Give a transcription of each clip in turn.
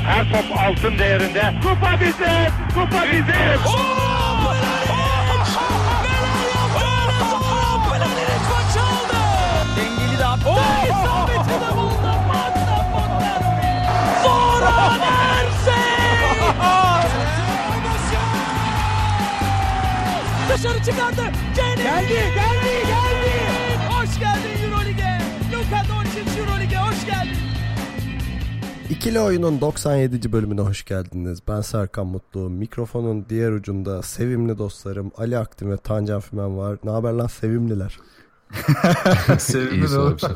Her top altın değerinde. Kupa bizim! Kupa bizim! Dengeli de attı. İsabetine buldu. Sonra dışarı çıkardı. Geldi. Hoş geldin Euroleague'e. Luka Doncic Euroleague'e hoş geldin. İkili Oyun'un 97. bölümüne hoş geldiniz. Ben Serkan Mutlu. Mikrofonun diğer ucunda sevimli dostlarım Ali Aktin ve Tancan Fümen var. Ne haber lan sevimliler? Sevimli de o.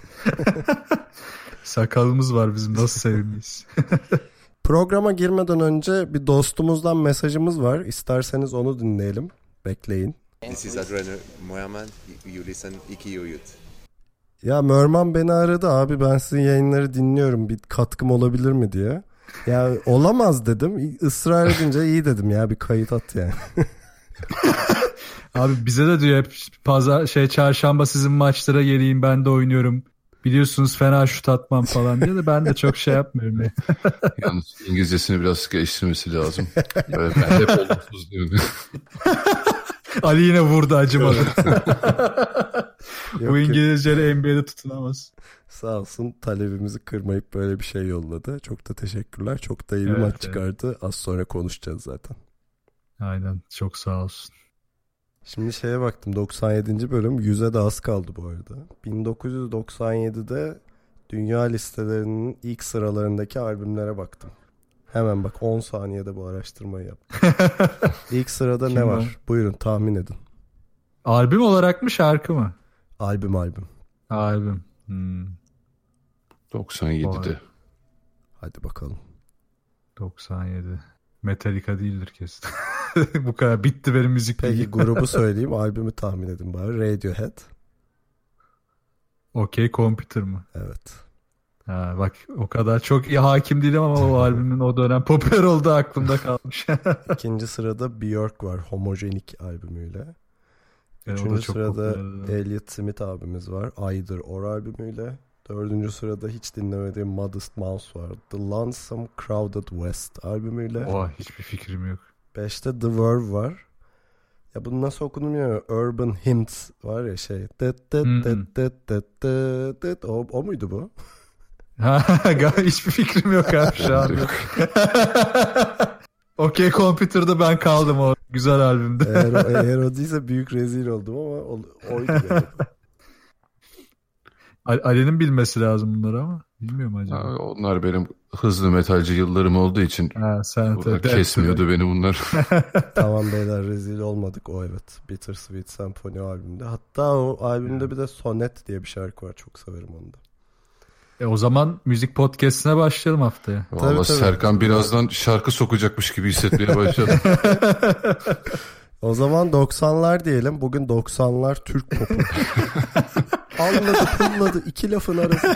Sakalımız var bizim, nasıl sevimliyiz. Programa girmeden önce bir dostumuzdan mesajımız var. İsterseniz onu dinleyelim. Bekleyin. This is Adreno Moyaman. You listen İki Oyun. Ya Mörman beni aradı, abi ben sizin yayınları dinliyorum, bir katkım olabilir mi diye. Ya olamaz dedim. Israr edince iyi dedim ya, bir kayıt at yani. Abi bize de diyor hep çarşamba sizin maçlara geleyim, ben de oynuyorum. Biliyorsunuz fena şut atmam falan diye de ben de çok şey yapmıyorum. Yalnız İngilizcesini biraz geliştirmesi lazım. Ben hep olumsuz diyorum. Ali yine vurdu, acımadı. Yok, bu İngilizceyle NBA'de tutunamaz. Sağ olsun talebimizi kırmayıp böyle bir şey yolladı. Çok da teşekkürler. Çok da iyi bir maç çıkardı. Az sonra konuşacağız zaten. Aynen, çok sağ olsun. Şimdi şeye baktım, 97. bölüm, 100'e de az kaldı bu arada. 1997'de dünya listelerinin ilk sıralarındaki albümlere baktım. Hemen bak, 10 saniyede bu araştırmayı yaptım. İlk sırada ne var? Buyurun tahmin edin. Albüm olarak mı, şarkı mı? Albüm. Albüm. 97'de. Hadi bakalım. 97. Metallica değildir kesin. Bu kadar bitti benim müzik. Peki grubu söyleyeyim, albümü tahmin edin bari. Radiohead. Okey Computer mı? Evet. Ha, bak o kadar çok iyi hakim değilim ama o albümün o dönem popüler olduğu aklımda kalmış. İkinci sırada Björk var, Homojenik albümüyle. Yani Üçüncü sırada popüler. Elliot Smith abimiz var, Either Or albümüyle. Dördüncü sırada hiç dinlemediğim Modest Mouse var, The Lonesome Crowded West albümüyle. Oha, hiçbir fikrim yok. Beşte The Verve var. Ya bunu nasıl okunur bilmiyorum. Urban Hymns var ya şey. O muydu bu? Hiçbir fikrim yok abi şu an. Okey Computer'da ben kaldım, o güzel albümde. Eğer o değilse büyük rezil oldum ama oydu yani. Ali'nin bilmesi lazım bunları ama bilmiyorum acaba. Ha, onlar benim hızlı metalci yıllarım olduğu için kesmiyordu beni bunlar. Tamam beyler, rezil olmadık. O evet, Bittersweet Symphony albümünde. Hatta o albümde bir de Sonnet diye bir şarkı var. Çok severim onu da. O zaman müzik podcast'ine başlayalım haftaya. Valla Serkan birazdan şarkı sokacakmış gibi hissetmeye başladı. O zaman 90'lar diyelim. Bugün 90'lar Türk popu. Anladı pulladı, iki lafın arası.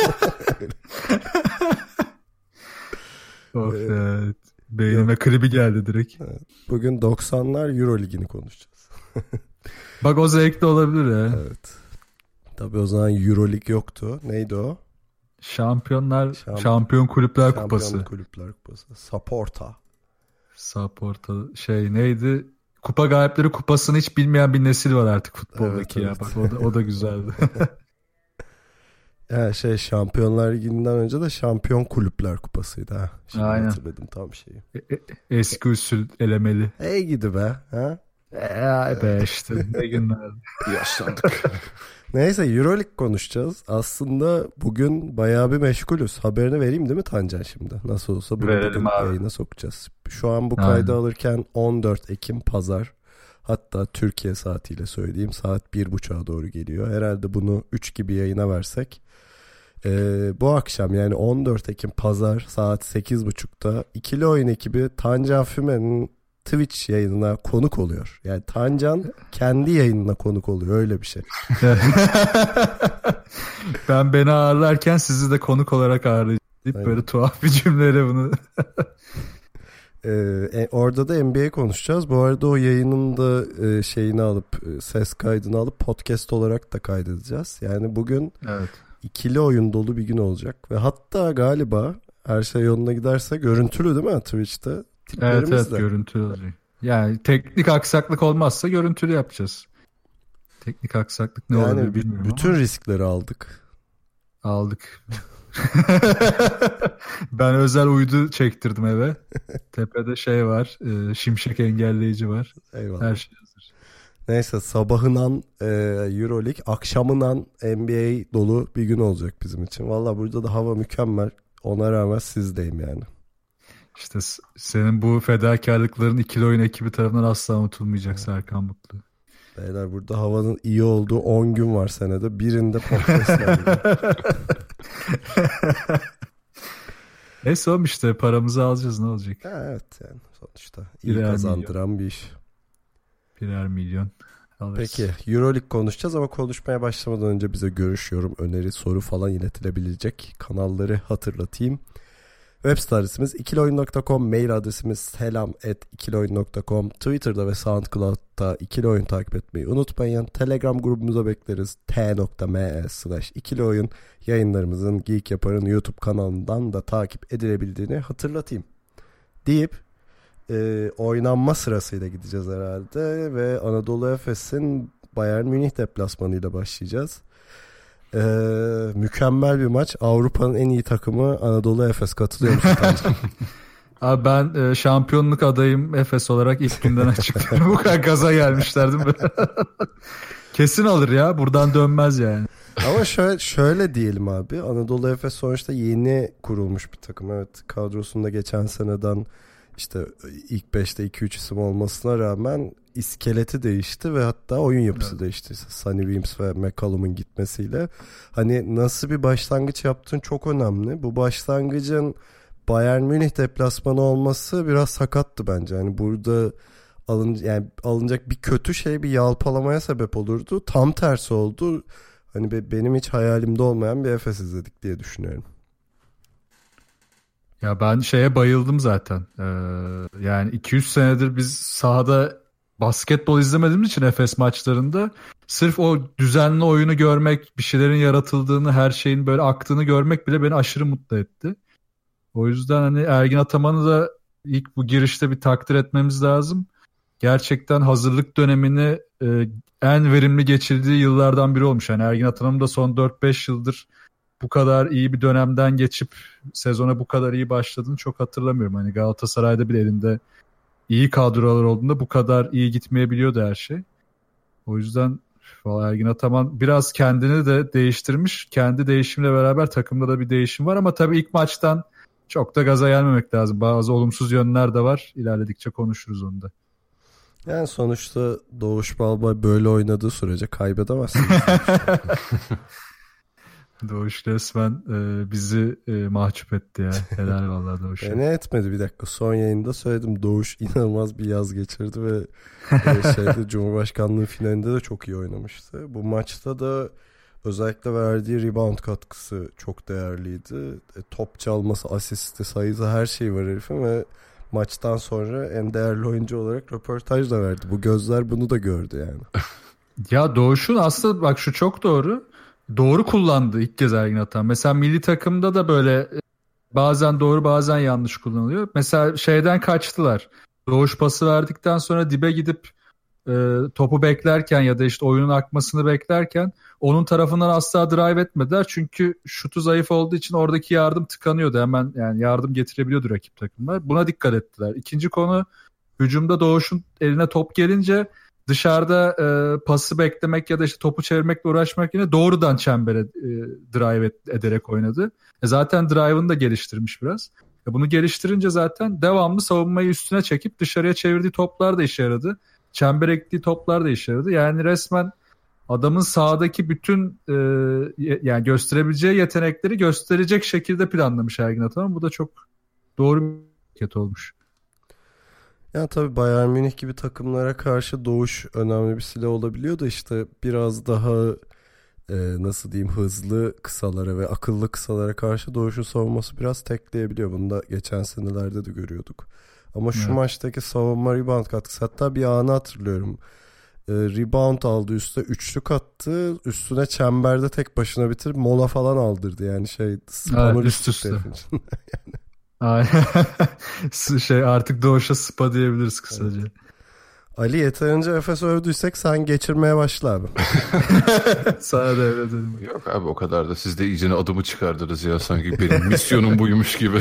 Evet. Beynime klibi geldi direkt. Evet. Bugün 90'lar Euroleague'ini konuşacağız. Bak o zevkli olabilir ya. Evet. Tabii o zaman Euroleague yoktu. Neydi o? Şampiyon Kulüpler Kupası. Şampiyon Kulüpler Kupası. Saporta neydi? Kupa Galipleri Kupası'nı hiç bilmeyen bir nesil var artık futboldaki evet. Bak o da güzeldi. Şampiyonlar Ligi'nden önce de Şampiyon Kulüpler Kupası'ydı ha. Şimdi aynen. Hatırladım tam şeyi. Eski usul elemeli. Hey gidi be ha. Be işte ne günlerdi. Yaşlandık. Neyse, Euroleague konuşacağız. Aslında bugün bayağı bir meşgulüz. Haberini vereyim değil mi Tancan şimdi? Nasıl olsa bunu bugün yayına sokacağız. Şu an bu kaydı alırken 14 Ekim Pazar. Hatta Türkiye saatiyle söyleyeyim, saat 1.30'a doğru geliyor. Herhalde bunu 3 gibi yayına versek. Bu akşam yani 14 Ekim Pazar saat 8.30'da İkili Oyun ekibi Tancan Fümen'in Twitch yayınına konuk oluyor. Yani Tancan kendi yayınına konuk oluyor, öyle bir şey. Beni ağırlarken sizi de konuk olarak ağırlayacağım. Böyle tuhaf bir cümleyle bunu. Orada da NBA konuşacağız. Bu arada o yayının da şeyini alıp, ses kaydını alıp podcast olarak da kaydedeceğiz. Yani bugün ikili oyun dolu bir gün olacak. Ve hatta galiba her şey yoluna giderse görüntülü değil mi Twitch'te? Evet görüntülü olacak. Yani teknik aksaklık olmazsa görüntülü yapacağız. Teknik aksaklık ne olabilir bilmiyorum bütün ama. Riskleri aldık. Ben özel uydu çektirdim eve. Tepede şey var. Şimşek engelleyici var. Eyvallah. Her şey hazır. Neyse sabahından Euroleague, akşamından NBA dolu bir gün olacak bizim için. Valla burada da hava mükemmel. Ona rağmen sizdeyim yani. İşte senin bu fedakarlıkların ikili oyun ekibi tarafından asla unutulmayacak Serkan Mutlu. Beyler burada havanın iyi olduğu 10 gün var senede. Birinde podcast'lar. Neyse oğlum işte paramızı alacağız ne olacak? Evet yani sonuçta iyi kazandıran bir iş. Birer milyon alırız. Peki Euroleague konuşacağız ama konuşmaya başlamadan önce bize görüş, yorum, öneri, soru falan iletilebilecek kanalları hatırlatayım. Web site adresimiz ikiloyun.com, mail adresimiz selam@ikiloyun.com, Twitter'da ve SoundCloud'da ikili oyun takip etmeyi unutmayın. Telegram grubumuza bekleriz t.me/ikilioyun. Yayınlarımızın Geek Yapar'ın YouTube kanalından da takip edilebildiğini hatırlatayım deyip oynanma sırasıyla gideceğiz herhalde ve Anadolu Efes'in Bayern Münih deplasmanıyla başlayacağız. Mükemmel bir maç. Avrupa'nın en iyi takımı Anadolu Efes. Katılıyor musun? Abi ben şampiyonluk adayım Efes olarak ilk günden açıklıyorum. Bu kadar gaza gelmişler değil mi? Kesin alır ya. Buradan dönmez yani. Ama şöyle diyelim abi. Anadolu Efes sonuçta yeni kurulmuş bir takım. Evet, kadrosunda geçen seneden işte ilk 5'te 2-3 isim olmasına rağmen iskeleti değişti ve hatta oyun yapısı değişti. Sonny Weems ve McCollum'un gitmesiyle. Hani nasıl bir başlangıç yaptığın çok önemli. Bu başlangıcın Bayern Münih deplasmanı olması biraz sakattı bence. Yani burada alınacak bir kötü şey bir yalpalamaya sebep olurdu. Tam tersi oldu. Hani benim hiç hayalimde olmayan bir Efes izledik diye düşünüyorum. Ya ben şeye bayıldım zaten. Yani 200 senedir biz sahada basketbol izlemediğimiz için Efes maçlarında sırf o düzenli oyunu görmek, bir şeylerin yaratıldığını, her şeyin böyle aktığını görmek bile beni aşırı mutlu etti. O yüzden hani Ergin Ataman'ı da ilk bu girişte bir takdir etmemiz lazım. Gerçekten hazırlık dönemini en verimli geçirdiği yıllardan biri olmuş. Yani Ergin Ataman'ın da son 4-5 yıldır bu kadar iyi bir dönemden geçip sezona bu kadar iyi başladığını çok hatırlamıyorum. Hani Galatasaray'da bile elinde iyi kadrolar olduğunda bu kadar iyi gitmeyebiliyordu her şey. O yüzden Ergin Ataman biraz kendini de değiştirmiş. Kendi değişimle beraber takımda da bir değişim var ama tabii ilk maçtan çok da gaza gelmemek lazım. Bazı olumsuz yönler de var. İlerledikçe konuşuruz onu da. Yani sonuçta Doğuş Balbay böyle oynadığı sürece kaybedemezsiniz. Doğuş resmen bizi mahcup etti ya. Helal vallahi Doğuş'a. Beni etmedi, bir dakika. Son yayında söyledim. Doğuş inanılmaz bir yaz geçirdi ve Cumhurbaşkanlığı finalinde de çok iyi oynamıştı. Bu maçta da özellikle verdiği rebound katkısı çok değerliydi. Top çalması, asisti, sayısı, her şey var herifin ve maçtan sonra en değerli oyuncu olarak röportaj da verdi. Bu gözler bunu da gördü yani. Ya Doğuş'un aslında bak şu çok doğru. Doğru kullandı ilk kez Ergin Ataman. Mesela milli takımda da böyle bazen doğru bazen yanlış kullanılıyor. Mesela şeyden kaçtılar. Doğuş pası verdikten sonra dibe gidip topu beklerken ya da işte oyunun akmasını beklerken onun tarafından asla drive etmediler. Çünkü şutu zayıf olduğu için oradaki yardım tıkanıyordu. Hemen yani yardım getirebiliyordu rakip takımlar. Buna dikkat ettiler. İkinci konu, hücumda Doğuş'un eline top gelince dışarıda pası beklemek ya da işte topu çevirmekle uğraşmak yine doğrudan çembere drive ederek oynadı. Zaten drive'ını da geliştirmiş biraz. Bunu geliştirince zaten devamlı savunmayı üstüne çekip dışarıya çevirdiği toplar da işe yaradı. Çembere ektiği toplar da işe yaradı. Yani resmen adamın sahadaki bütün yani gösterebileceği yetenekleri gösterecek şekilde planlamış Ergin Ataman. Bu da çok doğru bir hareket olmuş. Ya tabii Bayern Münih gibi takımlara karşı Doğuş önemli bir silah olabiliyor da işte biraz daha nasıl diyeyim, hızlı kısalara ve akıllı kısalara karşı Doğuş'un savunması biraz tekleyebiliyor. Bunu da geçen senelerde de görüyorduk. Ama şu maçtaki savunma rebound katkısı, hatta bir anı hatırlıyorum. Rebound aldı, üstüne üçlük attı. Üstüne çemberde tek başına bitirip mola falan aldırdı. Yani üst üste. Yani. Artık Doğuş'a spa diyebiliriz kısaca. Evet. Ali, yeterince Efes övdüysek sen geçirmeye başla abi. Sana devredelim. Yok abi, o kadar da siz de iyicene adımı çıkardınız ya, sanki benim misyonum buymuş gibi.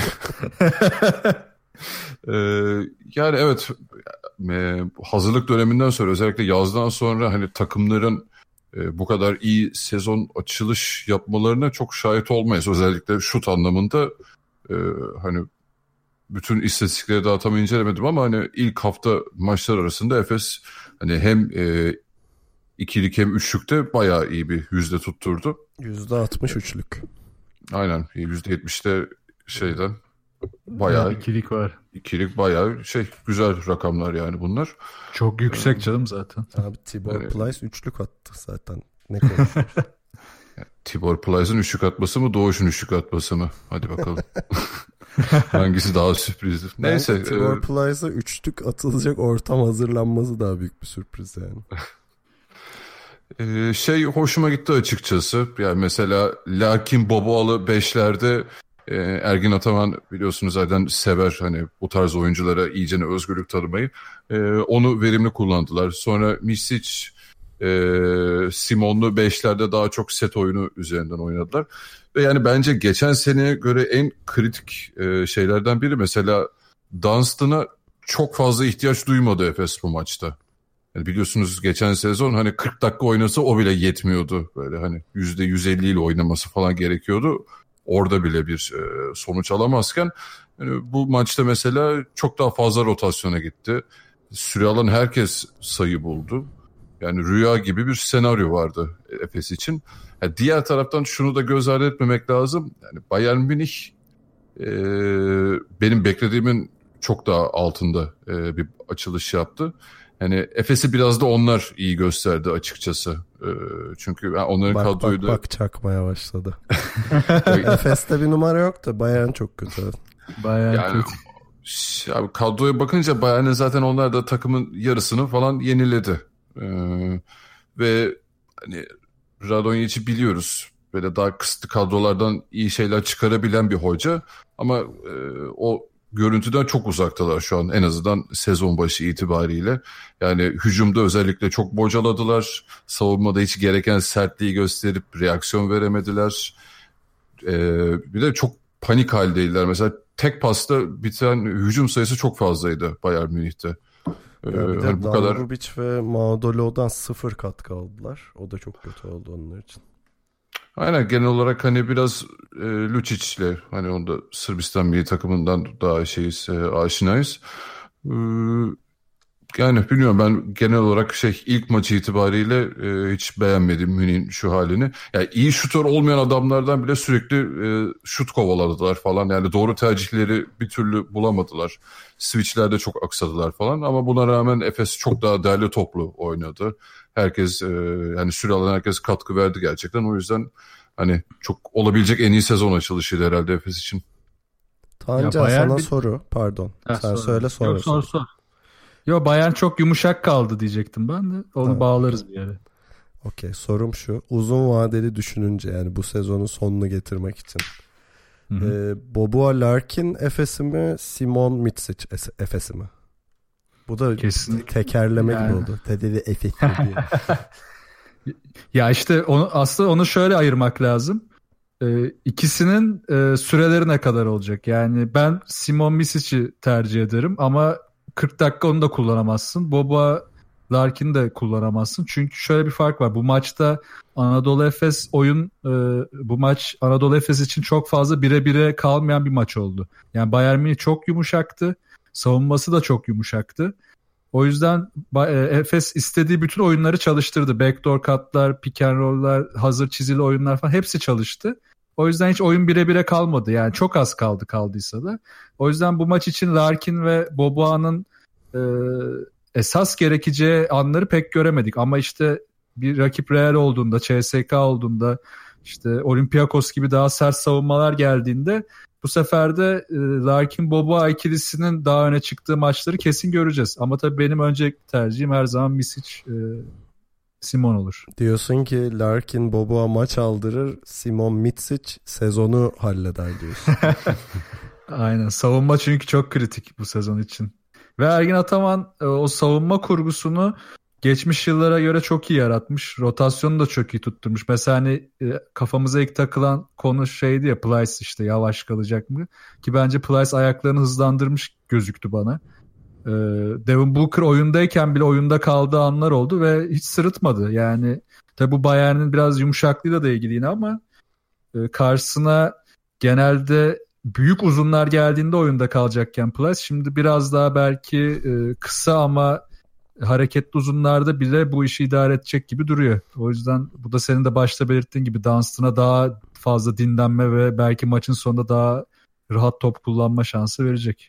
Yani evet, hazırlık döneminden sonra, özellikle yazdan sonra hani takımların bu kadar iyi sezon açılış yapmalarına çok şahit olmayız. Özellikle şut anlamında hani bütün istatistikleri daha tam incelemedim ama hani ilk hafta maçlar arasında Efes hani hem ikilik hem üçlükte bayağı iyi bir yüzde tutturdu. %60 üçlük. Aynen, %70'de şeyden bayağı ikilik var. İkilik bayağı güzel rakamlar yani bunlar. Çok yüksek canım zaten. Abi Tibor Plyce üçlük attı zaten. Ne konuşuyoruz? Tibor Plyce'ın üçlük atması mı, Doğuş'un üçlük atması mı? Hadi bakalım. Hangisi daha sürprizdir? Neyse. Tibor Plyce'a üçlük atılacak ortam hazırlanması daha büyük bir sürpriz yani. Hoşuma gitti açıkçası. Yani mesela Larkin Boboalı 5'lerde Ergin Ataman biliyorsunuz zaten sever hani bu tarz oyunculara iyicene özgürlük tanımayı. Onu verimli kullandılar. Sonra Misic, Simon'lu 5'lerde daha çok set oyunu üzerinden oynadılar. Ve yani bence geçen seneye göre en kritik şeylerden biri mesela Dunstan'a çok fazla ihtiyaç duymadı Efes bu maçta. Yani biliyorsunuz geçen sezon hani 40 dakika oynasa o bile yetmiyordu. Böyle hani %150 ile oynaması falan gerekiyordu. Orada bile bir sonuç alamazken yani bu maçta mesela çok daha fazla rotasyona gitti. Süre alan herkes sayı buldu. Yani rüya gibi bir senaryo vardı Efes için. Yani diğer taraftan şunu da göz ardı etmemek lazım. Yani Bayern Münih benim beklediğimin çok daha altında bir açılış yaptı. Yani Efes'i biraz da onlar iyi gösterdi açıkçası. Çünkü onların kadroyu da... Bak çakmaya başladı. Efes'te bir numara yok da Bayern çok kötü. Bayern kötü. Abi kadroya bakınca Bayern'in zaten onlar da takımın yarısını falan yeniledi. Ve hani Radonjic'i biliyoruz. Böyle daha kısıtlı kadrolardan iyi şeyler çıkarabilen bir hoca. Ama o görüntüden çok uzaktalar şu an, en azından sezon başı itibariyle. Yani hücumda özellikle çok bocaladılar. Savunmada hiç gereken sertliği gösterip reaksiyon veremediler. Bir de çok panik haldeydiler. Mesela tek pasta biten hücum sayısı çok fazlaydı Bayern Münih'te. Bir de bu kadar Rubic ve Maudolo'dan 0 katkı aldılar. O da çok kötü oldu onlar için. Aynen, genel olarak hani biraz Lucic'le hani onda Sırbistan milli takımından daha aşinayız. Yani bilmiyorum, ben genel olarak ilk maçı itibariyle hiç beğenmedim Münih'in şu halini. Yani iyi şutör olmayan adamlardan bile sürekli şut kovaladılar falan. Yani doğru tercihleri bir türlü bulamadılar. Switch'lerde çok aksadılar falan ama buna rağmen Efes çok daha değerli toplu oynadı. Herkes yani süre alan herkes katkı verdi gerçekten. O yüzden hani çok olabilecek en iyi sezon açılışıydı herhalde Efes için. Tanca sana soru. Pardon. Sen söyle sonra. Yok, sor. Yo, Bayern çok yumuşak kaldı diyecektim ben de. Onu bağlarız bir yere. Okey, sorum şu. Uzun vadeli düşününce, yani bu sezonun sonunu getirmek için. Boboa Larkin Efes'i mi, Simon Mitsic Efes'i mi? Bu da kesinlikle tekerleme gibi oldu. Tedeli Efes'i diye. Ya işte aslında onu şöyle ayırmak lazım. İkisinin süreleri ne kadar olacak? Yani ben Simon Misic'i tercih ederim ama 40 dakika onu da kullanamazsın. Boboa Larkin'i de kullanamazsın. Çünkü şöyle bir fark var. Bu maçta Anadolu Efes bu maç Anadolu Efes için çok fazla bire bire kalmayan bir maç oldu. Yani Bayern Münih çok yumuşaktı. Savunması da çok yumuşaktı. O yüzden Efes istediği bütün oyunları çalıştırdı. Backdoor cut'lar, pick and roll'lar, hazır çizili oyunlar falan hepsi çalıştı. O yüzden hiç oyun bire bire kalmadı. Yani çok az kaldıysa da. O yüzden bu maç için Larkin ve Boboa'nın esas gerekeceği anları pek göremedik. Ama işte bir rakip Real olduğunda, CSK olduğunda işte Olympiakos gibi daha sert savunmalar geldiğinde bu sefer de Larkin-Boboa ikilisinin daha öne çıktığı maçları kesin göreceğiz. Ama tabii benim öncelikli tercihim her zaman Misic, Simon olur. Diyorsun ki Larkin Boboa maç aldırır, Simon Mitsic sezonu halleder diyorsun. Aynen, savunma çünkü çok kritik bu sezon için. Ve Ergin Ataman o savunma kurgusunu geçmiş yıllara göre çok iyi yaratmış. Rotasyonu da çok iyi tutturmuş. Mesela hani kafamıza ilk takılan konu şeydi ya, Plyce işte yavaş kalacak mı? Ki bence Plyce ayaklarını hızlandırmış gözüktü bana. Devin Booker oyundayken bile oyunda kaldığı anlar oldu ve hiç sırıtmadı. Yani tabi bu Bayern'in biraz yumuşaklığıyla da ilgili yine ama karşısına genelde büyük uzunlar geldiğinde oyunda kalacakken Plyce şimdi biraz daha belki kısa ama hareketli uzunlarda bile bu işi idare edecek gibi duruyor. O yüzden bu da senin de başta belirttiğin gibi Dunstan'a daha fazla dinlenme ve belki maçın sonunda daha rahat top kullanma şansı verecek.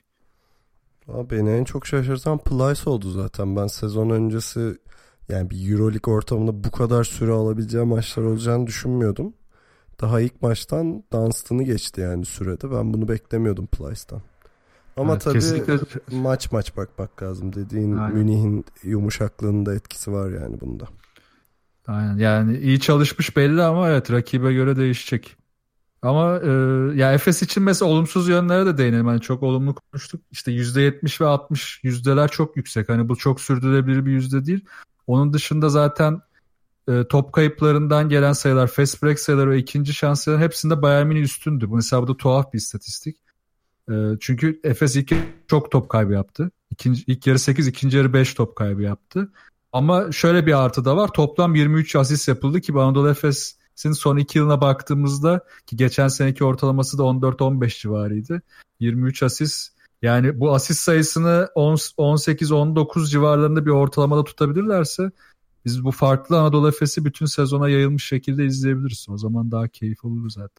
Beni en çok şaşırtan Plyce oldu zaten. Ben sezon öncesi yani bir Euroleague ortamında bu kadar süre alabileceği maçlar olacağını düşünmüyordum. Daha ilk maçtan Dunstan'ı geçti yani sürede. Ben bunu beklemiyordum Plyce'dan. Ama evet, tabii kesinlikle maç bakmak lazım. Dediğin aynen. Münih'in yumuşaklığının da etkisi var yani bunda. Aynen, yani iyi çalışmış belli ama evet rakibe göre değişecek. Ama ya Efes için mesela olumsuz yönlere de değinelim. Hani çok olumlu konuştuk. İşte %70 ve 60 yüzdeler çok yüksek. Hani bu çok sürdürülebilir bir yüzde değil. Onun dışında zaten top kayıplarından gelen sayılar, fast break sayıları ve ikinci şans sayıları hepsinde Bayern Münih üstündü. Bu mesela bu da tuhaf bir istatistik. Çünkü Efes çok top kaybı yaptı. İlk yarı 8, ikinci yarı 5 top kaybı yaptı. Ama şöyle bir artı da var. Toplam 23 asist yapıldı ki Anadolu Efes'in son 2 yılına baktığımızda ki geçen seneki ortalaması da 14-15 civarıydı. 23 asist. Yani bu asist sayısını 18-19 civarlarında bir ortalamada tutabilirlerse biz bu farklı Anadolu Efes'i bütün sezona yayılmış şekilde izleyebiliriz. O zaman daha keyif olur zaten.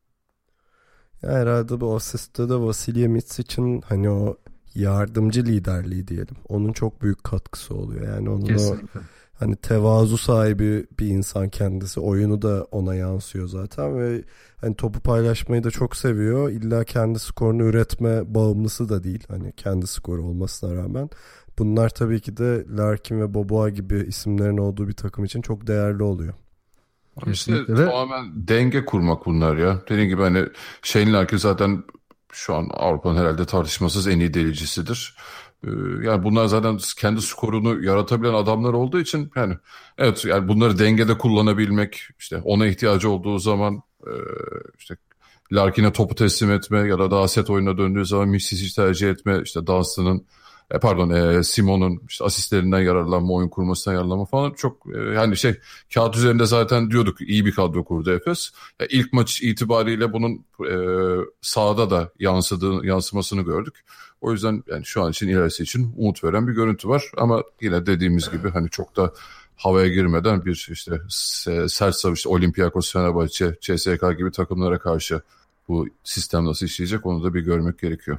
Ya herhalde bu asiste de Vasilije Mitsic'in hani o yardımcı liderliği diyelim. Onun çok büyük katkısı oluyor. Yani onun kesinlikle. O hani tevazu sahibi bir insan kendisi. Oyunu da ona yansıyor zaten ve hani topu paylaşmayı da çok seviyor. İlla kendi skorunu üretme bağımlısı da değil. Hani kendi skoru olmasına rağmen. Bunlar tabii ki de Larkin ve Boboa gibi isimlerin olduğu bir takım için çok değerli oluyor. İşte tamamen denge kurmak bunlar ya. Dediğim gibi hani Shane Larkin zaten şu an Avrupa'nın herhalde tartışmasız en iyi delicisidir. Yani bunlar zaten kendi skorunu yaratabilen adamlar olduğu için yani evet yani bunları dengede kullanabilmek, işte ona ihtiyacı olduğu zaman işte Larkin'e topu teslim etme ya da daha set oyuna döndüğü zaman Misic'i tercih etme, işte Dunstan'ın Simon'un işte asistlerinden yararlanma, oyun kurmasından yararlanma falan çok yani kağıt üzerinde zaten diyorduk iyi bir kadro kurdu Efes. İlk maç itibariyle bunun sahada da yansımasını gördük. O yüzden yani şu an için ilerisi için umut veren bir görüntü var ama yine dediğimiz gibi hani çok da havaya girmeden bir işte sert savaş, Olympiakos, Fenerbahçe, CSKA gibi takımlara karşı bu sistem nasıl işleyecek onu da bir görmek gerekiyor.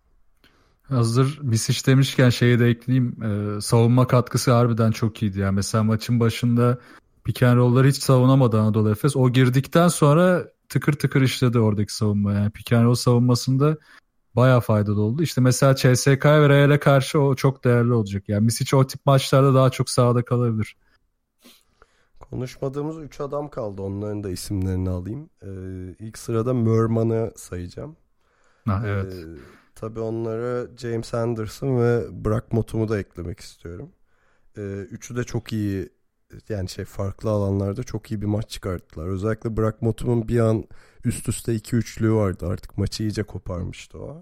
Hazır Misic demişken şeyi de ekleyeyim. Savunma katkısı harbiden çok iyiydi. Yani mesela maçın başında pick and roll'ları hiç savunamadı Anadolu Efes. O girdikten sonra tıkır tıkır işledi oradaki savunma. Yani pick and roll savunmasında bayağı faydalı oldu. İşte mesela CSKA ve Real'e karşı o çok değerli olacak. Yani Misic o tip maçlarda daha çok sahada kalabilir. Konuşmadığımız 3 adam kaldı. Onların da isimlerini alayım. İlk sırada Merman'ı sayacağım. Evet. Tabii onlara James Anderson ve Brock Motum'u da eklemek istiyorum. Üçü de çok iyi yani farklı alanlarda çok iyi bir maç çıkarttılar. Özellikle Brock Motum'un bir an üst üste 2-3'lüğü vardı. Artık maçı iyice koparmıştı o.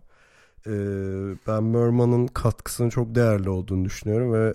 Ben Merman'ın katkısının çok değerli olduğunu düşünüyorum ve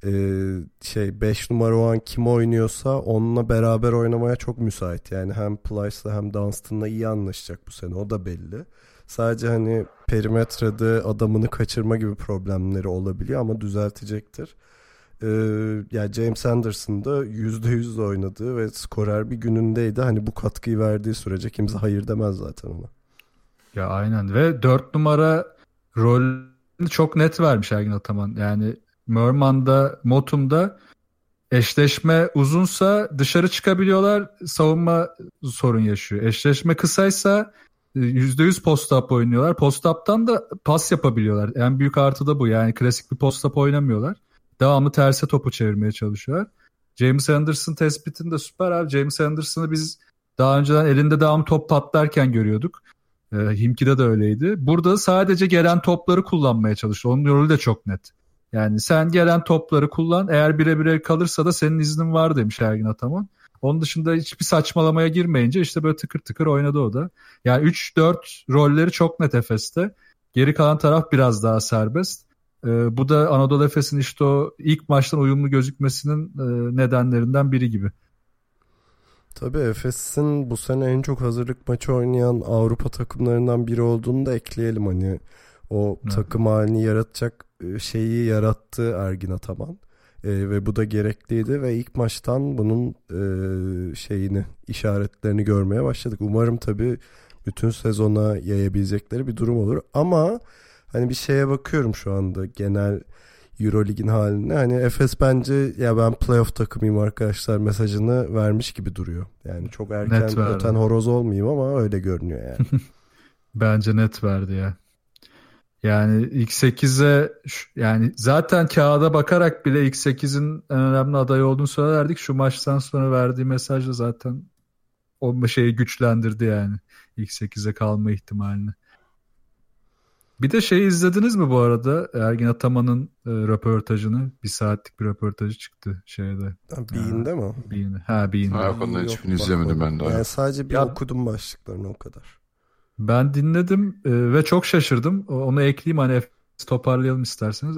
5 numara o an kim oynuyorsa onunla beraber oynamaya çok müsait. Yani hem Plyce'la hem Dunstan'la iyi anlaşacak bu sene. O da belli. Sadece hani perimetrede adamını kaçırma gibi problemleri olabiliyor ama düzeltecektir. Yani James Anderson da %100 oynadığı ve skorer bir günündeydi. Hani bu katkıyı verdiği sürece kimse hayır demez zaten ona. Ya aynen ve 4 numara rolünü çok net vermiş Ergin Ataman. Yani Merman'da, Motum'da Eşleşme uzunsa dışarı çıkabiliyorlar, savunma sorun yaşıyor. Eşleşme kısaysa %100 post-up oynuyorlar. Post-up'tan da pas yapabiliyorlar. En büyük artı da bu. Yani klasik bir post-up oynamıyorlar. Devamlı terse topu çevirmeye çalışıyorlar. James Anderson tespitinde de süper abi. James Anderson'ı biz daha önceden elinde devamlı top patlarken görüyorduk. Himki'de de öyleydi. Burada sadece gelen topları kullanmaya çalışıyor. Onun rolü de çok net. Yani sen gelen topları kullan. Eğer bire kalırsa da senin iznin var demiş Ergin Ataman. Onun dışında hiçbir saçmalamaya girmeyince işte böyle tıkır tıkır oynadı o da. Yani 3-4 rolleri çok net Efes'te. Geri kalan taraf biraz daha serbest. Bu da Anadolu Efes'in işte o ilk maçtan uyumlu gözükmesinin nedenlerinden biri gibi. Tabii Efes'in bu sene en çok hazırlık maçı oynayan Avrupa takımlarından biri olduğunu da ekleyelim. Hani o takım halini yaratacak şeyi yarattı Ergin Ataman. Ve bu da gerekliydi ve ilk maçtan bunun işaretlerini görmeye başladık. Umarım tabii bütün sezona yayabilecekleri bir durum olur. Ama hani bir şeye bakıyorum şu anda genel Eurolig'in haline. Hani Efes bence ya ben playoff takımıyım arkadaşlar mesajını vermiş gibi duruyor. Yani çok erken öten horoz olmayayım ama öyle görünüyor yani. Bence net verdi ya. Yani ilk 8'e yani zaten kağıda bakarak bile ilk 8'in en önemli adayı olduğunu söylerdik. Şu maçtan sonra verdiği mesajla zaten o şeyi güçlendirdi yani. İlk 8'e kalma ihtimalini. Bir de şeyi izlediniz mi bu arada? Ergin Ataman'ın röportajını. 1 saatlik bir röportajı çıktı şeyde. Bean'de mi? Bean'de. Ha, ondan hiçbirini izlemedim ben daha. Yani sadece bir okudum başlıklarını o kadar. Ben dinledim ve çok şaşırdım. Onu ekleyeyim hani toparlayalım isterseniz.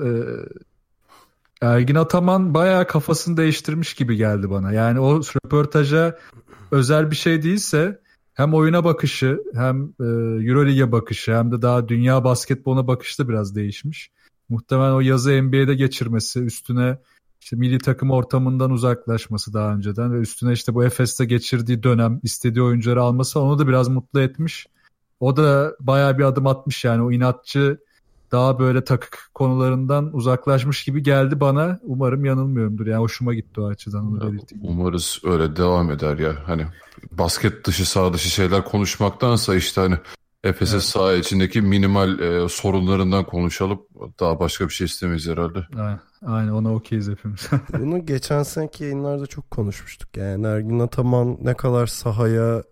Ergin Ataman bayağı kafasını değiştirmiş gibi geldi bana. Yani o röportaja özel bir şey değilse hem oyuna bakışı hem Euroleague'e bakışı hem de daha dünya basketboluna bakışı da biraz değişmiş. Muhtemelen o yazı NBA'de geçirmesi, üstüne işte milli takım ortamından uzaklaşması daha önceden ve üstüne işte bu Efes'te geçirdiği dönem istediği oyuncuları alması onu da biraz mutlu etmiş. O da bayağı bir adım atmış yani o inatçı daha böyle takık konularından uzaklaşmış gibi geldi bana. Umarım yanılmıyorumdur. Yani hoşuma gitti o açıdan. Onu umarız öyle devam eder ya. Hani basket dışı saha dışı şeyler konuşmaktansa işte hani Efes'in saha içindeki minimal sorunlarından konuşalım. Daha başka bir şey istemeyiz herhalde. Aynen ona okeyiz hepimiz. Bunu geçen seneki yayınlarda çok konuşmuştuk. Yani Ergin Ataman ne kadar sahaya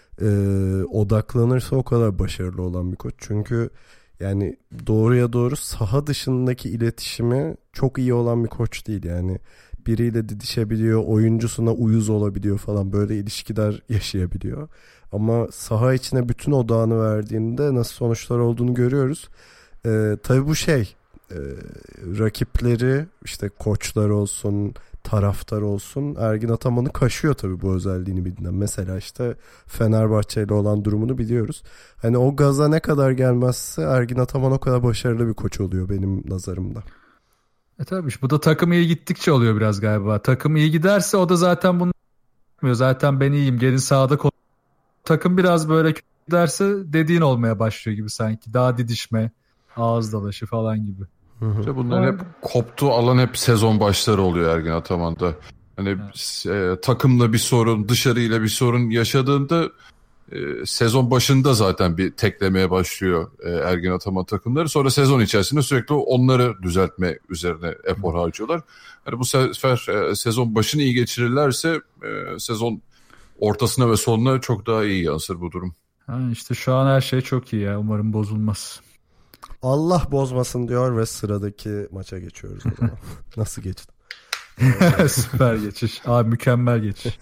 odaklanırsa o kadar başarılı olan bir koç. Çünkü yani doğruya doğru saha dışındaki iletişimi çok iyi olan bir koç değil. Yani biriyle didişebiliyor, oyuncusuna uyuz olabiliyor falan, böyle ilişkiler yaşayabiliyor. Ama saha içine bütün odağını verdiğinde nasıl sonuçlar olduğunu görüyoruz. Tabii bu rakipleri işte koçlar olsun, taraftar olsun Ergin Ataman'ı kaşıyor tabii bu özelliğini bildiğinden. Mesela işte Fenerbahçe ile olan durumunu biliyoruz. Hani o gaza ne kadar gelmezse Ergin Ataman o kadar başarılı bir koç oluyor benim nazarımda. Tabii bu da takım iyi gittikçe oluyor biraz galiba. Takım iyi giderse o da zaten bunu yapmıyor. Zaten ben iyiyim gelin sahada takım biraz böyle giderse dediğin olmaya başlıyor gibi sanki. Daha didişme, ağız dalaşı falan gibi. İşte bunların hep koptuğu alan hep sezon başları oluyor Ergin Ataman'da. Hani takımla bir sorun, dışarıyla bir sorun yaşadığında sezon başında zaten bir teklemeye başlıyor Ergin Ataman takımları. Sonra sezon içerisinde sürekli onları düzeltme üzerine efor harcıyorlar. Yani bu sefer sezon başını iyi geçirirlerse sezon ortasına ve sonuna çok daha iyi yansır bu durum. İşte şu an her şey çok iyi ya. Umarım bozulmaz. Allah bozmasın diyor ve sıradaki maça geçiyoruz o zaman. Nasıl geçti? Süper geçiş. Abi mükemmel geçiş.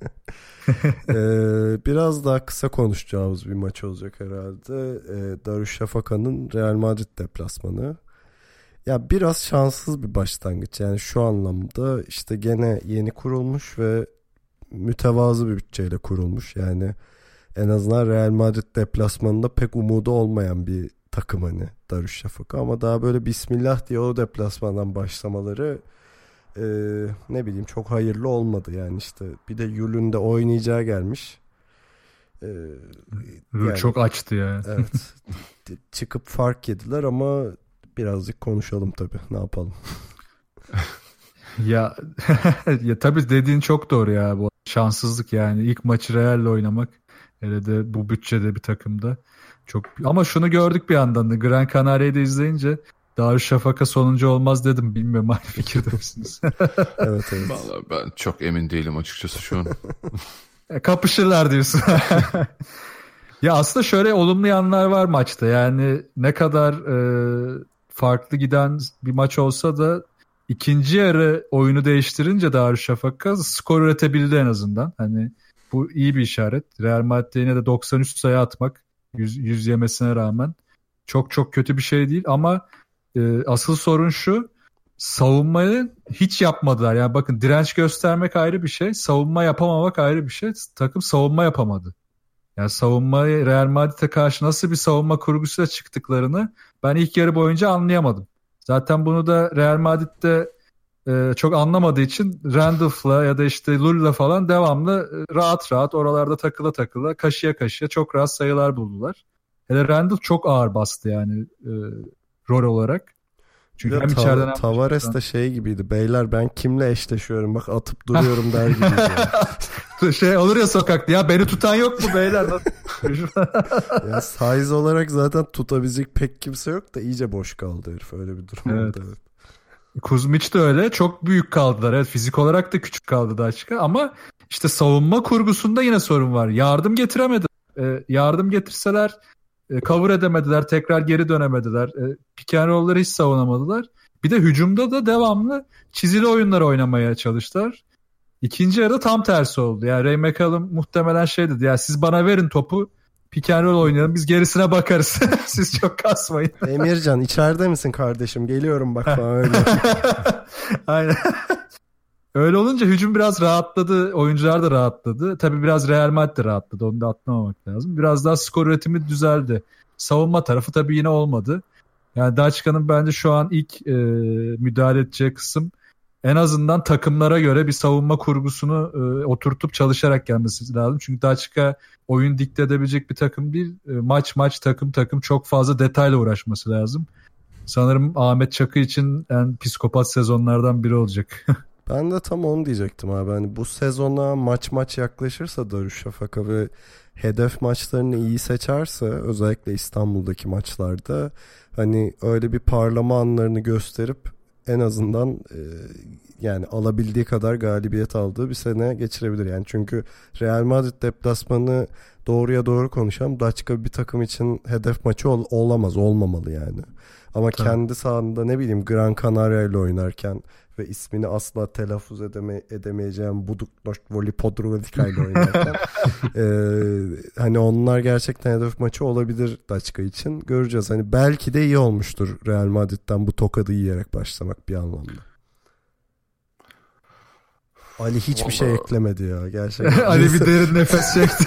Biraz daha kısa konuşacağımız bir maç olacak herhalde. Darüşşafaka'nın Real Madrid deplasmanı. Ya biraz şanssız bir başlangıç. Yani şu anlamda işte gene yeni kurulmuş ve mütevazı bir bütçeyle kurulmuş. Yani en azından Real Madrid deplasmanında pek umudu olmayan bir takım hani Darüşşafaka, ama daha böyle bismillah diye o deplasmandan başlamaları ne bileyim çok hayırlı olmadı yani. İşte bir de Yul'ün de oynayacağı gelmiş. Yani, çok açtı ya. Evet. Çıkıp fark yediler ama birazcık konuşalım tabii. Ne yapalım? Ya ya tabii dediğin çok doğru ya, bu şanssızlık yani ilk maçı Real'le oynamak, hele de bu bütçede bir takımda çok, ama şunu gördük bir yandan da Gran Canaria'yı da izleyince Darüşşafaka sonuncu olmaz dedim, bilmiyorum aynı fikirde misiniz? Evet. Vallahi ben çok emin değilim açıkçası şu an. Kapışırlar diyorsun. Ya aslında şöyle olumlu yanlar var maçta, yani ne kadar farklı giden bir maç olsa da İkinci yarı oyunu değiştirince Darüşşafaka skor üretebildi en azından. Hani bu iyi bir işaret. Real Madrid'e yine de 93 sayı atmak 100 yemesine rağmen çok çok kötü bir şey değil, ama asıl sorun şu: savunmayı hiç yapmadılar. Yani bakın, direnç göstermek ayrı bir şey, savunma yapamamak ayrı bir şey. Takım savunma yapamadı. Yani savunmayı, Real Madrid'e karşı nasıl bir savunma kurgusuyla çıktıklarını ben ilk yarı boyunca anlayamadım. Zaten bunu da Real Madrid'de çok anlamadığı için Randolph'la ya da işte Lul'la falan devamlı rahat rahat oralarda takıla takıla, kaşıya kaşıya çok rahat sayılar buldular. Hele Randolph çok ağır bastı yani rol olarak. Çünkü hem içeriden hem Tavares dışarıdan. de şey gibiydi. Beyler ben kimle eşleşiyorum? Bak atıp duruyorum der gibiydi. Yani. Şey olur ya sokakta, ya beni tutan yok mu beyler? Ya size olarak zaten tutabilecek pek kimse yok da iyice boş kaldı herif. Öyle bir durum oldu. Evet. Kuzmiç de öyle. Çok büyük kaldılar. Evet, fizik olarak da küçük kaldı Daçka, ama işte savunma kurgusunda yine sorun var. Yardım getiremedi. Yardım getirseler cover edemediler. Tekrar geri dönemediler. Pick and roll'ları hiç savunamadılar. Bir de hücumda da devamlı çizili oyunlar oynamaya çalıştılar. İkinci yarıda tam tersi oldu. Yani Ray McCallum muhtemelen şey dedi: ya siz bana verin topu, pick and roll oynayalım, biz gerisine bakarız. Siz çok kasmayın. Emircan içeride misin kardeşim? Geliyorum bak falan öyle. Aynen. Öyle olunca hücum biraz rahatladı. Oyuncular da rahatladı. Tabii biraz Real Madrid de rahatladı. Onu da atlamamak lazım. Biraz daha skor üretimi düzeldi. Savunma tarafı tabii yine olmadı. Yani Daçka'nın bence şu an ilk müdahale edeceği kısım, en azından takımlara göre bir savunma kurgusunu oturtup çalışarak gelmesi lazım. Çünkü Daçka oyun dikte edebilecek bir takım değil. Maç takım çok fazla detayla uğraşması lazım. Sanırım Ahmet Çakı için en psikopat sezonlardan biri olacak. Ben de tam onu diyecektim abi. Hani bu sezona maç yaklaşırsa Darüşşafaka ve hedef maçlarını iyi seçerse, özellikle İstanbul'daki maçlarda hani öyle bir parlama anlarını gösterip en azından yani alabildiği kadar galibiyet aldığı bir sene geçirebilir. Yani çünkü Real Madrid deplasmanı doğruya doğru konuşalım, Daçka bir takım için hedef maçı olmamalı yani. Ama tabii, kendi sahanda ne bileyim Gran Canaria ile oynarken ve ismini asla telaffuz edemeyeceğim Buduknoş Volipodrovika ile oynarken hani onlar gerçekten hedef maçı olabilir Daçka için. Göreceğiz. Hani belki de iyi olmuştur Real Madrid'den bu tokadı yiyerek başlamak bir anlamda. Ali hiçbir şey eklemedi ya gerçekten. Ali bir derin nefes çekti.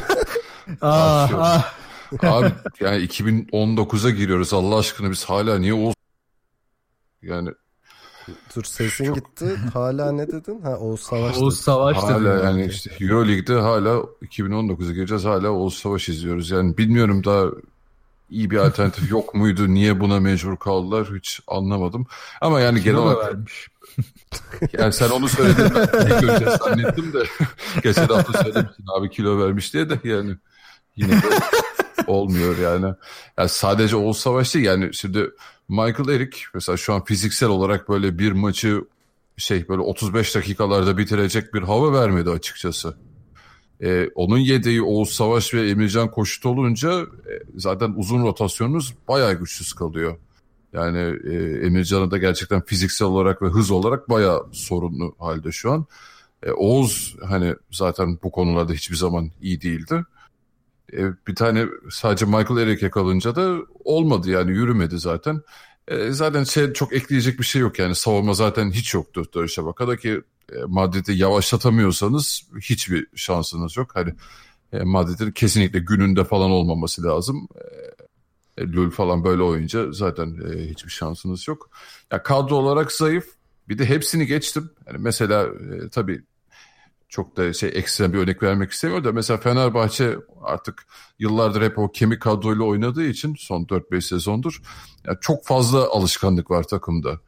Abi yani 2019'a giriyoruz, Allah aşkına biz hala niye o yani dur sesin gitti. Hala ne dedin? Oğuz Savaş. Oğuz Savaş hala yani işte Euroleague'de hala 2019'a gireceğiz, hala Oğuz Savaş izliyoruz. Yani bilmiyorum, daha iyi bir alternatif yok muydu? Niye buna mecbur kaldılar? Hiç anlamadım. Ama yani genel olarak vermiş. Yani sen onu söyledin, ben ilk önce zannettim de geçen hafta söylemiştin abi kilo vermiş diye, de yani yine de olmuyor yani. Yani sadece Oğuz Savaş değil, yani şimdi Michael Eric mesela şu an fiziksel olarak böyle bir maçı böyle 35 dakikalarda bitirecek bir hava vermedi açıkçası. Onun yedeği Oğuz Savaş ve Emircan Koşut olunca zaten uzun rotasyonunuz bayağı güçsüz kalıyor. Yani Emircan'ı da gerçekten fiziksel olarak ve hız olarak bayağı sorunlu halde şu an. Oğuz hani zaten bu konularda hiçbir zaman iyi değildi. Bir tane sadece Michael Eric'e kalınca da olmadı yani, yürümedi zaten. Zaten çok ekleyecek bir şey yok yani, savunma zaten hiç yoktu Darüşşafaka'da ki Madrid'i yavaşlatamıyorsanız hiçbir şansınız yok. Hani Madrid'in kesinlikle gününde falan olmaması lazım. Lul falan böyle oyunca zaten hiçbir şansınız yok. Ya kadro olarak zayıf. Bir de hepsini geçtim. Yani mesela tabii çok da ekstrem bir örnek vermek istemiyorum da mesela Fenerbahçe artık yıllardır hep o kemik kadroyla oynadığı için son 4-5 sezondur yani çok fazla alışkanlık var takımda.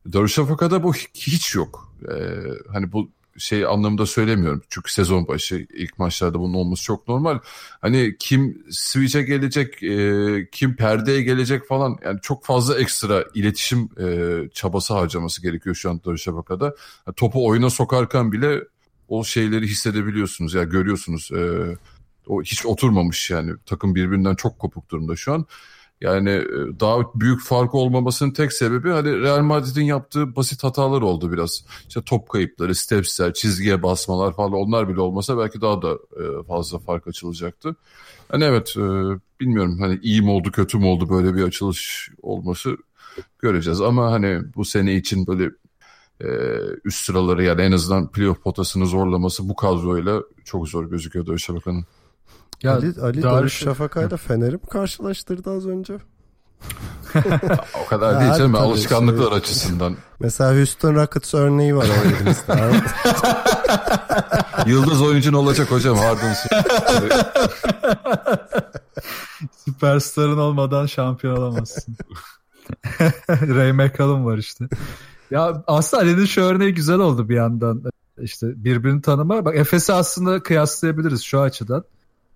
Darüşşafaka'da bu hiç yok. Hani bu şey anlamında söylemiyorum. Çünkü sezon başı ilk maçlarda bunun olması çok normal. Hani kim switch'e gelecek, kim perdeye gelecek falan. Yani çok fazla ekstra iletişim çabası harcaması gerekiyor şu an Darüşşafaka'da. Yani topu oyuna sokarken bile o şeyleri hissedebiliyorsunuz. Yani görüyorsunuz. O hiç oturmamış yani. Takım birbirinden çok kopuk durumda şu an. Yani daha büyük fark olmamasının tek sebebi hani Real Madrid'in yaptığı basit hatalar oldu biraz. İşte top kayıpları, stepsler, çizgiye basmalar falan, onlar bile olmasa belki daha da fazla fark açılacaktı. Hani evet, bilmiyorum hani iyi mi oldu kötü mü oldu böyle bir açılış olması, göreceğiz. Ama hani bu sene için böyle üst sıraları, yani en azından playoff potasını zorlaması bu kadroyla çok zor gözüküyor Darüşşafaka'nın. Ya, Ali Darüşşafaka'yla Fener'i mi karşılaştırdı az önce? O kadar değil canım, alışkanlıklar açısından. Mesela Houston Rockets örneği var elimizde. Yıldız oyuncun olacak hocam, Harden'sın. Süperstarın olmadan şampiyon olamazsın. Ray McCallum var işte. Ya aslında Ali'nin şu örneği güzel oldu bir yandan. İşte birbirini tanıma. Bak Efes'i aslında kıyaslayabiliriz şu açıdan.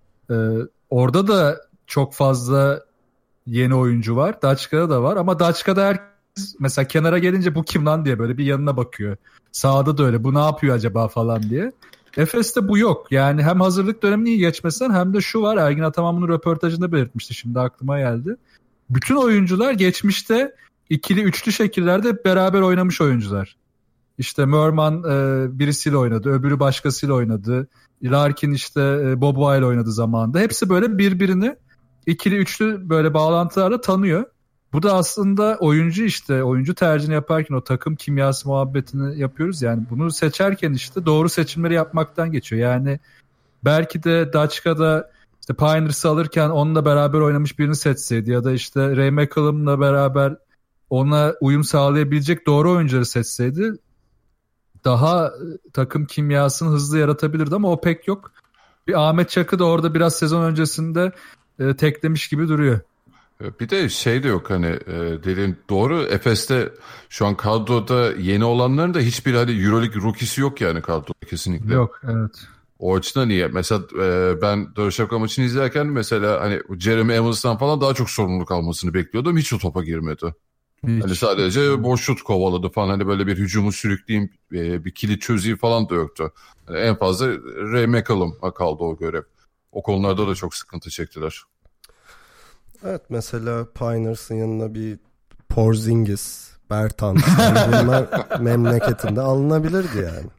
Orada da çok fazla yeni oyuncu var. Daçka'da da var ama Daçka'da herkes mesela kenara gelince bu kim lan diye böyle bir yanına bakıyor. Sahada da öyle, bu ne yapıyor acaba falan diye. Efes'te bu yok. Yani hem hazırlık dönemini iyi geçmesen hem de şu var, Ergin Ataman bunu röportajında belirtmişti, şimdi aklıma geldi. Bütün oyuncular geçmişte ikili üçlü şekillerde beraber oynamış oyuncular. İşte Merman birisiyle oynadı, öbürü başkasıyla oynadı. Larkin işte Bob Weil oynadı zamanında. Hepsi böyle birbirini ikili üçlü böyle bağlantılarla tanıyor. Bu da aslında oyuncu tercihini yaparken o takım kimyası muhabbetini yapıyoruz. Yani bunu seçerken işte doğru seçimleri yapmaktan geçiyor. Yani belki de Daçka'da işte Pioneers'ı alırken onunla beraber oynamış birini seçseydi ya da işte Ray McCallum'la beraber ona uyum sağlayabilecek doğru oyuncuları seçseydi daha takım kimyasını hızlı yaratabilirdi ama o pek yok. Bir Ahmet Çakı da orada biraz sezon öncesinde teklemiş gibi duruyor. Bir de şey de yok hani, dediğin doğru, Efes'te şu an kadroda yeni olanların da hiçbir hani Euroleague rookie'si yok yani kadroda kesinlikle. Yok, evet. O açıdan iyi. Mesela ben Darüşşafaka maçını izlerken mesela hani Jeremy Evans'tan falan daha çok sorumluluk almasını bekliyordum. Hiç o topa girmedi. Hiç. Hani sadece boş şut kovaladı falan, hani böyle bir hücumu sürükleyeyim, bir kilit çözeyim falan da yoktu. Yani en fazla Ray McCallum'a kaldı o görev. O konularda da çok sıkıntı çektiler. Evet, mesela Pioneers'ın yanına bir Porzingis, Bertans, yani bunlar memleketinde alınabilirdi yani.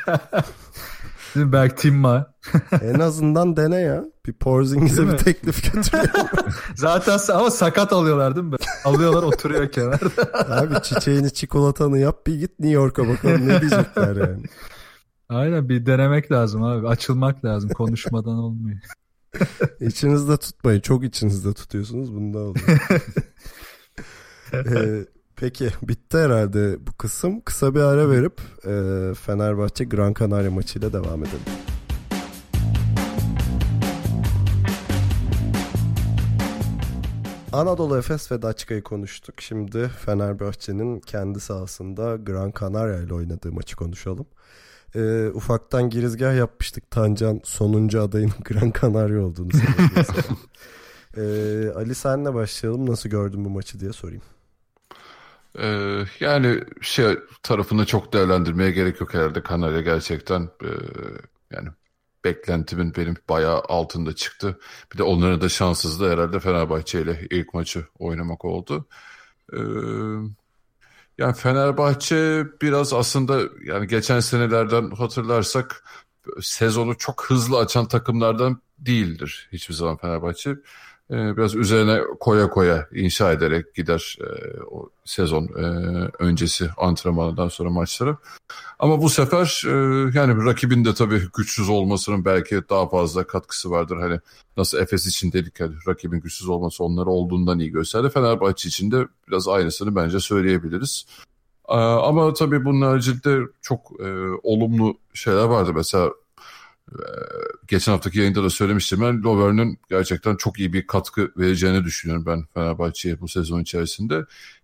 Belki Timma. En azından dene ya. Bir Porzingis'e bir teklif götürelim. Zaten ama sakat alıyorlar değil mi? Alıyorlar, oturuyor kenarda. Abi çiçeğini çikolatanı yap, bir git New York'a bakalım ne diyecekler yani. Aynen, bir denemek lazım abi. Açılmak lazım. Konuşmadan olmuyor. İçinizde tutmayın. Çok içinizde tutuyorsunuz. Bunda oluyor. Peki bitti herhalde bu kısım. Kısa bir ara verip Fenerbahçe Gran Canaria maçıyla devam edelim. Anadolu Efes ve Daçka'yı konuştuk. Şimdi Fenerbahçe'nin kendi sahasında Gran Canaria ile oynadığı maçı konuşalım. Ufaktan girizgah yapmıştık. Tancan sonuncu adayın Gran Canaria olduğunu söyledi. Ali senle başlayalım. Nasıl gördün bu maçı diye sorayım. Yani şey tarafını çok değerlendirmeye gerek yok herhalde. Kanarya gerçekten yani beklentimin benim bayağı altında çıktı. Bir de onların da şanssızlığı herhalde Fenerbahçe ile ilk maçı oynamak oldu. Yani Fenerbahçe biraz aslında, yani geçen senelerden hatırlarsak sezonu çok hızlı açan takımlardan değildir hiçbir zaman Fenerbahçe. Biraz üzerine koya koya inşa ederek gider o sezon öncesi antrenmanından sonra maçlara. Ama bu sefer yani rakibin de tabii güçsüz olmasının belki daha fazla katkısı vardır. Hani nasıl Efes için dedik, hani rakibin güçsüz olması onları olduğundan iyi gösterdi. Fenerbahçe için de biraz aynısını bence söyleyebiliriz. Ama tabii bunun haricinde çok olumlu şeyler vardı. Mesela geçen haftaki yayında da söylemiştim, ben Lovren'in gerçekten çok iyi bir katkı vereceğini düşünüyorum ben Fenerbahçe'ye bu sezon içerisinde.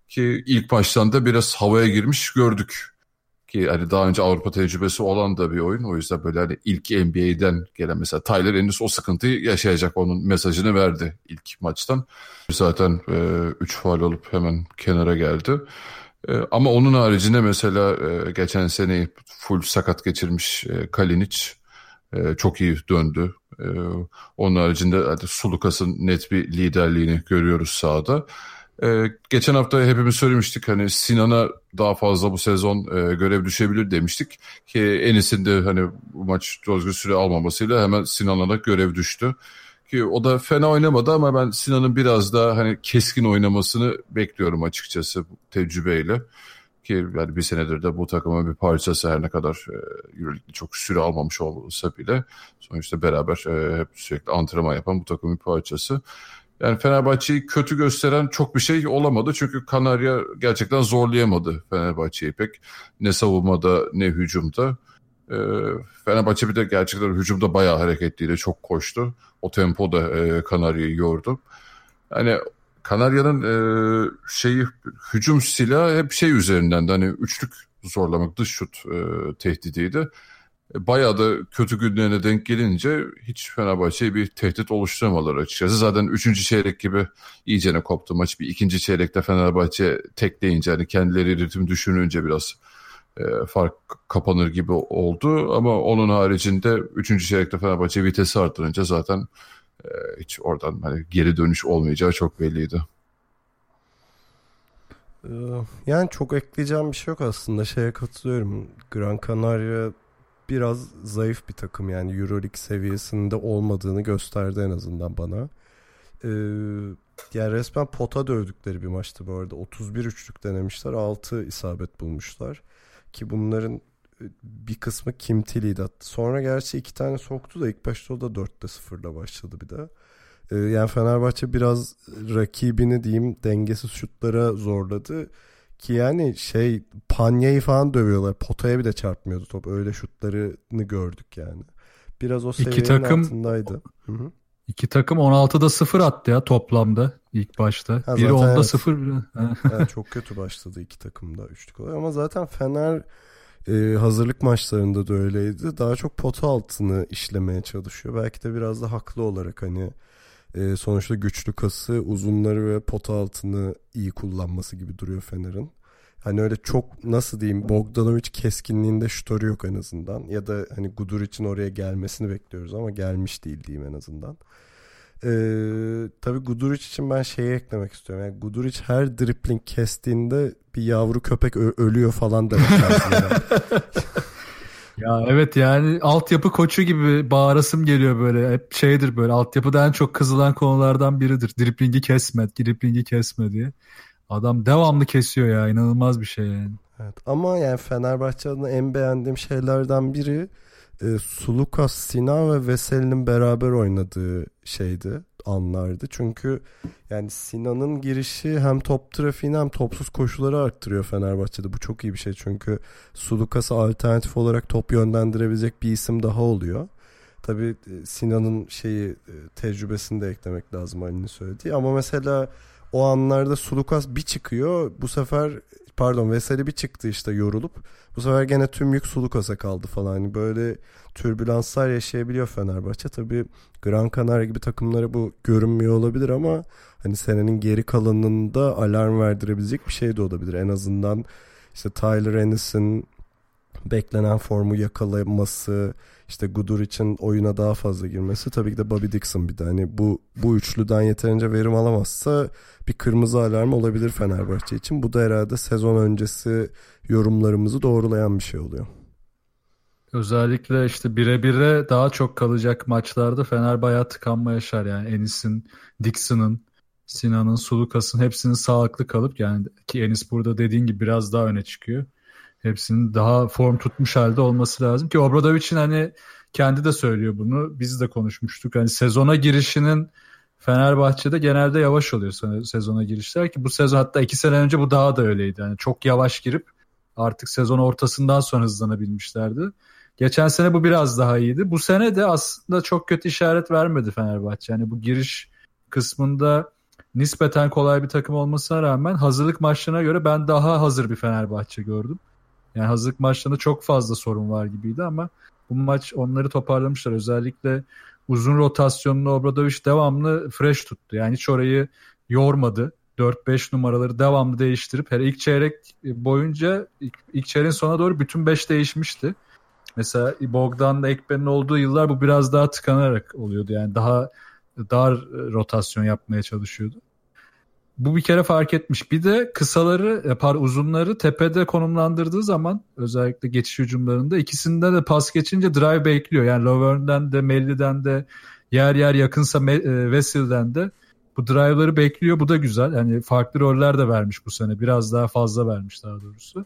Ki ilk baştan da biraz havaya girmiş gördük. Ki hani daha önce Avrupa tecrübesi olan da bir oyun. O yüzden böyle hani ilk NBA'den gelen mesela Tyler Ennis o sıkıntıyı yaşayacak, onun mesajını verdi ilk maçtan. Zaten 3 faul olup hemen kenara geldi. Ama onun haricinde mesela geçen sene full sakat geçirmiş Kalinic çok iyi döndü. Onun haricinde Sulukas'ın net bir liderliğini görüyoruz sahada. Geçen hafta hepimiz söylemiştik hani Sinan'a daha fazla bu sezon görev düşebilir demiştik ki Enis'in de hani bu maç düzgün süre almamasıyla hemen Sinan'a da görev düştü. Ki o da fena oynamadı ama ben Sinan'ın biraz daha hani keskin oynamasını bekliyorum açıkçası bu tecrübeyle. Ki yani bir senedir de bu takımın bir parçası, her ne kadar Euroleague'de çok süre almamış olsa bile sonuçta beraber hep sürekli antrenman yapan bu takımın bir parçası. Yani Fenerbahçe'yi kötü gösteren çok bir şey olamadı. Çünkü Kanarya gerçekten zorlayamadı Fenerbahçe'yi pek. Ne savunmada ne hücumda. Fenerbahçe bir de gerçekten hücumda bayağı hareketliydi. Çok koştu. O tempo da Kanarya'yı yordu. Yani Kanarya'nın hücum silahı hep üzerinden de hani üçlük zorlamak, dış şut tehdidiydi. Bayağı da kötü günlerine denk gelince hiç Fenerbahçe'ye bir tehdit oluşturamadılar açıkçası. Zaten 3. çeyrek gibi iyicene koptu maç. Bir 2. çeyrekte Fenerbahçe tekleyince hani kendileri ritim düşününce biraz fark kapanır gibi oldu. Ama onun haricinde 3. çeyrekte Fenerbahçe vitesi arttırınca zaten hiç oradan hani geri dönüş olmayacağı çok belliydi. Yani çok ekleyeceğim bir şey yok aslında. Şeye katılıyorum. Gran Canaria biraz zayıf bir takım, yani Euroleague seviyesinde olmadığını gösterdi en azından bana. Yani resmen pota dövdükleri bir maçtı bu arada. 31 üçlük denemişler, 6 isabet bulmuşlar. Ki bunların bir kısmı Kim Tilly'di. Sonra gerçi 2 tane soktu da ilk başta o da 4'te 0'la başladı bir de. Yani Fenerbahçe biraz rakibini diyeyim dengesiz şutlara zorladı. Ki yani Panya'yı falan dövüyorlar. Potaya bile çarpmıyordu top. Öyle şutlarını gördük yani. Biraz o seviyenin altındaydı. Hı-hı. İki takım 16'da 0 attı ya toplamda ilk başta. Biri 10'da 0. Yani çok kötü başladı iki takım da üçlük olarak. Ama zaten Fener hazırlık maçlarında da öyleydi. Daha çok pota altını işlemeye çalışıyor. Belki de biraz da haklı olarak hani sonuçta güçlü kası, uzunları ve pota altını iyi kullanması gibi duruyor Fener'in. Hani öyle çok nasıl diyeyim, Bogdanović keskinliğinde şutörü yok en azından. Ya da hani Guduric'in oraya gelmesini bekliyoruz ama gelmiş değil diyeyim en azından. Tabii Guduric için ben şeyi eklemek istiyorum. Yani Guduric her dribbling kestiğinde bir yavru köpek ölüyor falan demek lazım. Yani. Ya evet, yani altyapı koçu gibi bağırasım geliyor böyle. Hep böyle altyapıda en çok kızılan konulardan biridir. Driblingi kesme diye. Adam devamlı kesiyor ya, inanılmaz bir şey yani. Evet, ama yani Fenerbahçe adına en beğendiğim şeylerden biri Sulukas, Sinan ve Veseli'nin beraber oynadığı anlardı. Çünkü yani Sinan'ın girişi hem top trafiğini hem topsuz koşuları arttırıyor Fenerbahçe'de. Bu çok iyi bir şey çünkü Sulukas'a alternatif olarak top yönlendirebilecek bir isim daha oluyor. Tabii Sinan'ın tecrübesini de eklemek lazım Ali'nin söylediği. Ama mesela o anlarda Sulukas bir çıkıyor, bu sefer Veseli bir çıktı yorulup bu sefer gene tüm yük Sulukas'a kaldı falan. Hani böyle türbülanslar yaşayabiliyor Fenerbahçe. Tabii Gran Canaria gibi takımlara bu görünmüyor olabilir ama hani senenin geri kalanında alarm verdirebilecek bir şey de olabilir. En azından Tyler Ennis'in beklenen formu yakalaması, Guduric'in oyuna daha fazla girmesi, tabii ki de Bobby Dixon bir de hani bu üçlüden yeterince verim alamazsa bir kırmızı alarm olabilir Fenerbahçe için. Bu da herhalde sezon öncesi yorumlarımızı doğrulayan bir şey oluyor. Özellikle bire bire daha çok kalacak maçlarda Fener bayağı tıkanma yaşar yani. Enis'in, Dixon'ın, Sinan'ın, Sulukas'ın hepsinin sağlıklı kalıp, yani ki Enis burada dediğin gibi biraz daha öne çıkıyor. Hepsinin daha form tutmuş halde olması lazım ki Obradovic'in hani kendi de söylüyor bunu. Biz de konuşmuştuk. Hani sezona girişinin Fenerbahçe'de genelde yavaş oluyor sezona girişler ki bu sezon, hatta 2 sene önce bu daha da öyleydi. Yani çok yavaş girip artık sezon ortasından sonra hızlanabilmişlerdi. Geçen sene bu biraz daha iyiydi. Bu sene de aslında çok kötü işaret vermedi Fenerbahçe. Yani bu giriş kısmında nispeten kolay bir takım olmasına rağmen hazırlık maçlarına göre ben daha hazır bir Fenerbahçe gördüm. Yani hazırlık maçlarında çok fazla sorun var gibiydi ama bu maç onları toparlamışlar. Özellikle uzun rotasyonlu Obradović devamlı fresh tuttu. Yani hiç orayı yormadı. 4-5 numaraları devamlı değiştirip her ilk çeyrek boyunca ilk çeyreğin sonuna doğru bütün 5 değişmişti. Mesela Bogdan'la Ekben'in olduğu yıllar bu biraz daha tıkanarak oluyordu. Yani daha dar rotasyon yapmaya çalışıyordu. Bu bir kere fark etmiş. Bir de uzunları tepede konumlandırdığı zaman özellikle geçiş hücumlarında ikisinde de pas geçince drive bekliyor. Yani Lovern'den de Melli'den de yer yakınsa Vessel'den de bu drive'ları bekliyor. Bu da güzel. Yani farklı roller de vermiş bu sene. Biraz daha fazla vermiş daha doğrusu.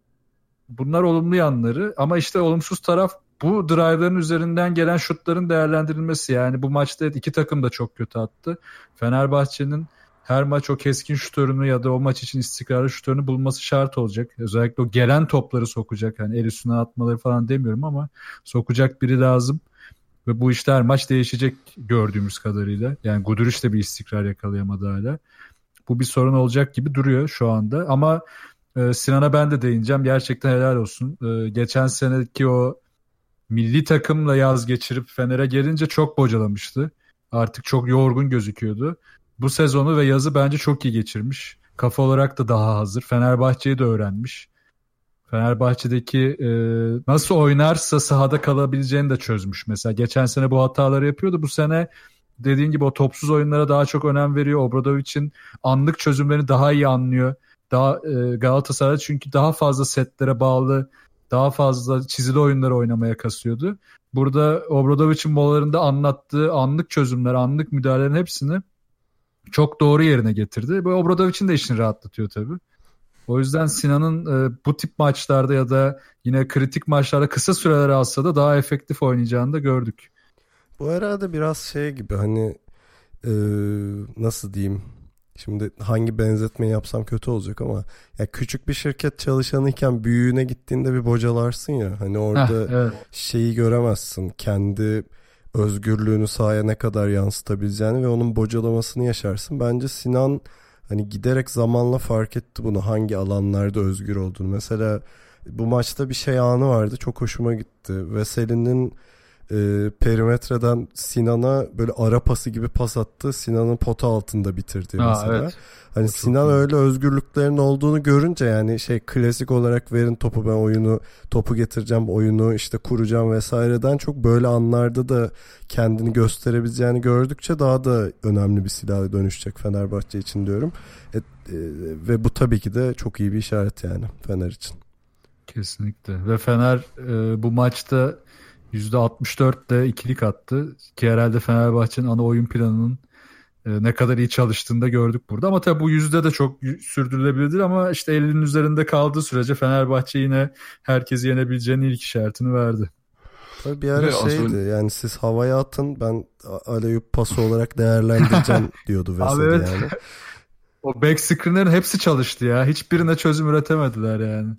Bunlar olumlu yanları ama işte olumsuz taraf bu drive'ların üzerinden gelen şutların değerlendirilmesi. Yani bu maçta iki takım da çok kötü attı. Fenerbahçe'nin her maç o keskin şutörünü ya da o maç için istikrarlı şutörünü bulması şart olacak. Özellikle o gelen topları sokacak. Hani el üstüne atmaları falan demiyorum ama sokacak biri lazım. Ve bu işte her maç değişecek gördüğümüz kadarıyla. Yani Gudurić de bir istikrar yakalayamadı hala. Bu bir sorun olacak gibi duruyor şu anda. Ama Sinan'a ben de değineceğim. Gerçekten helal olsun. Geçen seneki o milli takımla yaz geçirip Fener'e gelince çok bocalamıştı. Artık çok yorgun gözüküyordu. Bu sezonu ve yazı bence çok iyi geçirmiş. Kafa olarak da daha hazır. Fenerbahçe'yi de öğrenmiş. Fenerbahçe'deki nasıl oynarsa sahada kalabileceğini de çözmüş. Mesela geçen sene bu hataları yapıyordu. Bu sene dediğin gibi o topsuz oyunlara daha çok önem veriyor. Obradović'in anlık çözümlerini daha iyi anlıyor. Galatasaray'da çünkü daha fazla setlere bağlı, daha fazla çizili oyunları oynamaya kasıyordu. Burada Obradović'in molalarında anlattığı anlık çözümler, anlık müdahalelerin hepsini çok doğru yerine getirdi. Ve Obradović'in de işini rahatlatıyor tabii. O yüzden Sinan'ın bu tip maçlarda ya da yine kritik maçlarda kısa süreler alsa da daha efektif oynayacağını da gördük. Bu herhalde biraz şey gibi hani nasıl diyeyim, şimdi hangi benzetmeyi yapsam kötü olacak ama ya küçük bir şirket çalışanıyken büyüğüne gittiğinde bir bocalarsın ya hani orada evet. Şeyi göremezsin, kendi özgürlüğünü sahaya ne kadar yansıtabileceğini ve onun bocalamasını yaşarsın. Bence Sinan hani giderek zamanla fark etti bunu, hangi alanlarda özgür olduğunu. Mesela bu maçta bir şey anı vardı, çok hoşuma gitti. Veseli'nin perimetreden Sinan'a böyle ara pası gibi pas attı. Sinan'ın pota altında bitirdiği mesela. Evet. Hani o Sinan öyle özgürlüklerin olduğunu görünce yani şey klasik olarak verin topu, ben topu getireceğim, oyunu işte kuracağım vesaireden çok böyle anlarda da kendini gösterebileceğini gördükçe daha da önemli bir silaha dönüşecek Fenerbahçe için diyorum. Ve bu tabii ki de çok iyi bir işaret yani Fener için. Kesinlikle. Ve Fener bu maçta %64'le ikilik attı. Ki herhalde Fenerbahçe'nin ana oyun planının ne kadar iyi çalıştığını da gördük burada. Ama tabii bu yüzde de çok sürdürülebilirdir ama işte 50'nin üzerinde kaldığı sürece Fenerbahçe yine herkesi yenebileceğinin ilk işaretini verdi. Tabii bir ara şeydi yani siz havaya atın, ben alley-oop pası olarak değerlendireceğim diyordu Veseli evet. Yani. O back screen'lerin hepsi çalıştı ya. Hiçbirine çözüm üretemediler yani.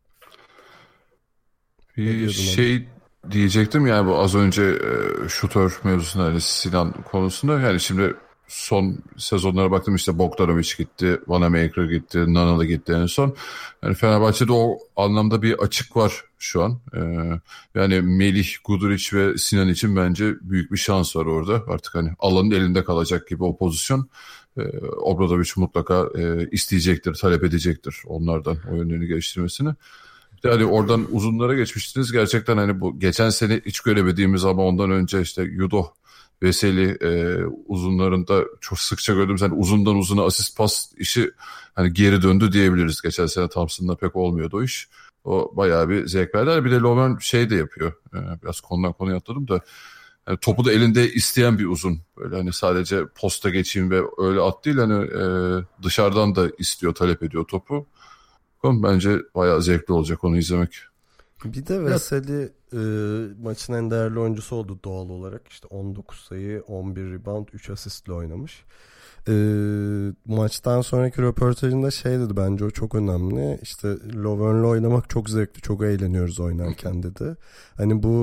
Bir şey diyecektim yani bu az önce şutör mevzusunda hani Sinan konusunda yani şimdi son sezonlara baktım işte Bogdanović gitti, Vanamaker gitti, Nanalı gitti en son. Yani Fenerbahçe'de o anlamda bir açık var şu an. Yani Melih, Gudurić ve Sinan için bence büyük bir şans var orada. Artık hani alanın elinde kalacak gibi o pozisyon. Obradović mutlaka isteyecektir, talep edecektir onlardan o yönlerini geliştirmesini. Yani oradan uzunlara geçmiştiniz. Gerçekten hani bu geçen sene hiç göremediğimiz ama ondan önce işte Yudo, Veseli uzunlarında çok sıkça gördüğümüz hani uzundan uzuna asist pas işi hani geri döndü diyebiliriz. Geçen sene Thompson'da pek olmuyordu o iş. O bayağı bir zevk verdi. Bir de Lovren şey de yapıyor. Biraz konudan konuya atladım da yani topu da elinde isteyen bir uzun. Böyle hani sadece posta geçeyim ve öyle at değil hani dışarıdan da istiyor, talep ediyor topu. Bence bayağı zevkli olacak onu izlemek. Bir de Veseli maçın en değerli oyuncusu oldu doğal olarak. İşte 19 sayı, 11 rebound, 3 asistle oynamış. Maçtan sonraki röportajında şey dedi, bence o çok önemli. İşte Lovern'le oynamak çok zevkli, çok eğleniyoruz oynarken dedi. Hani bu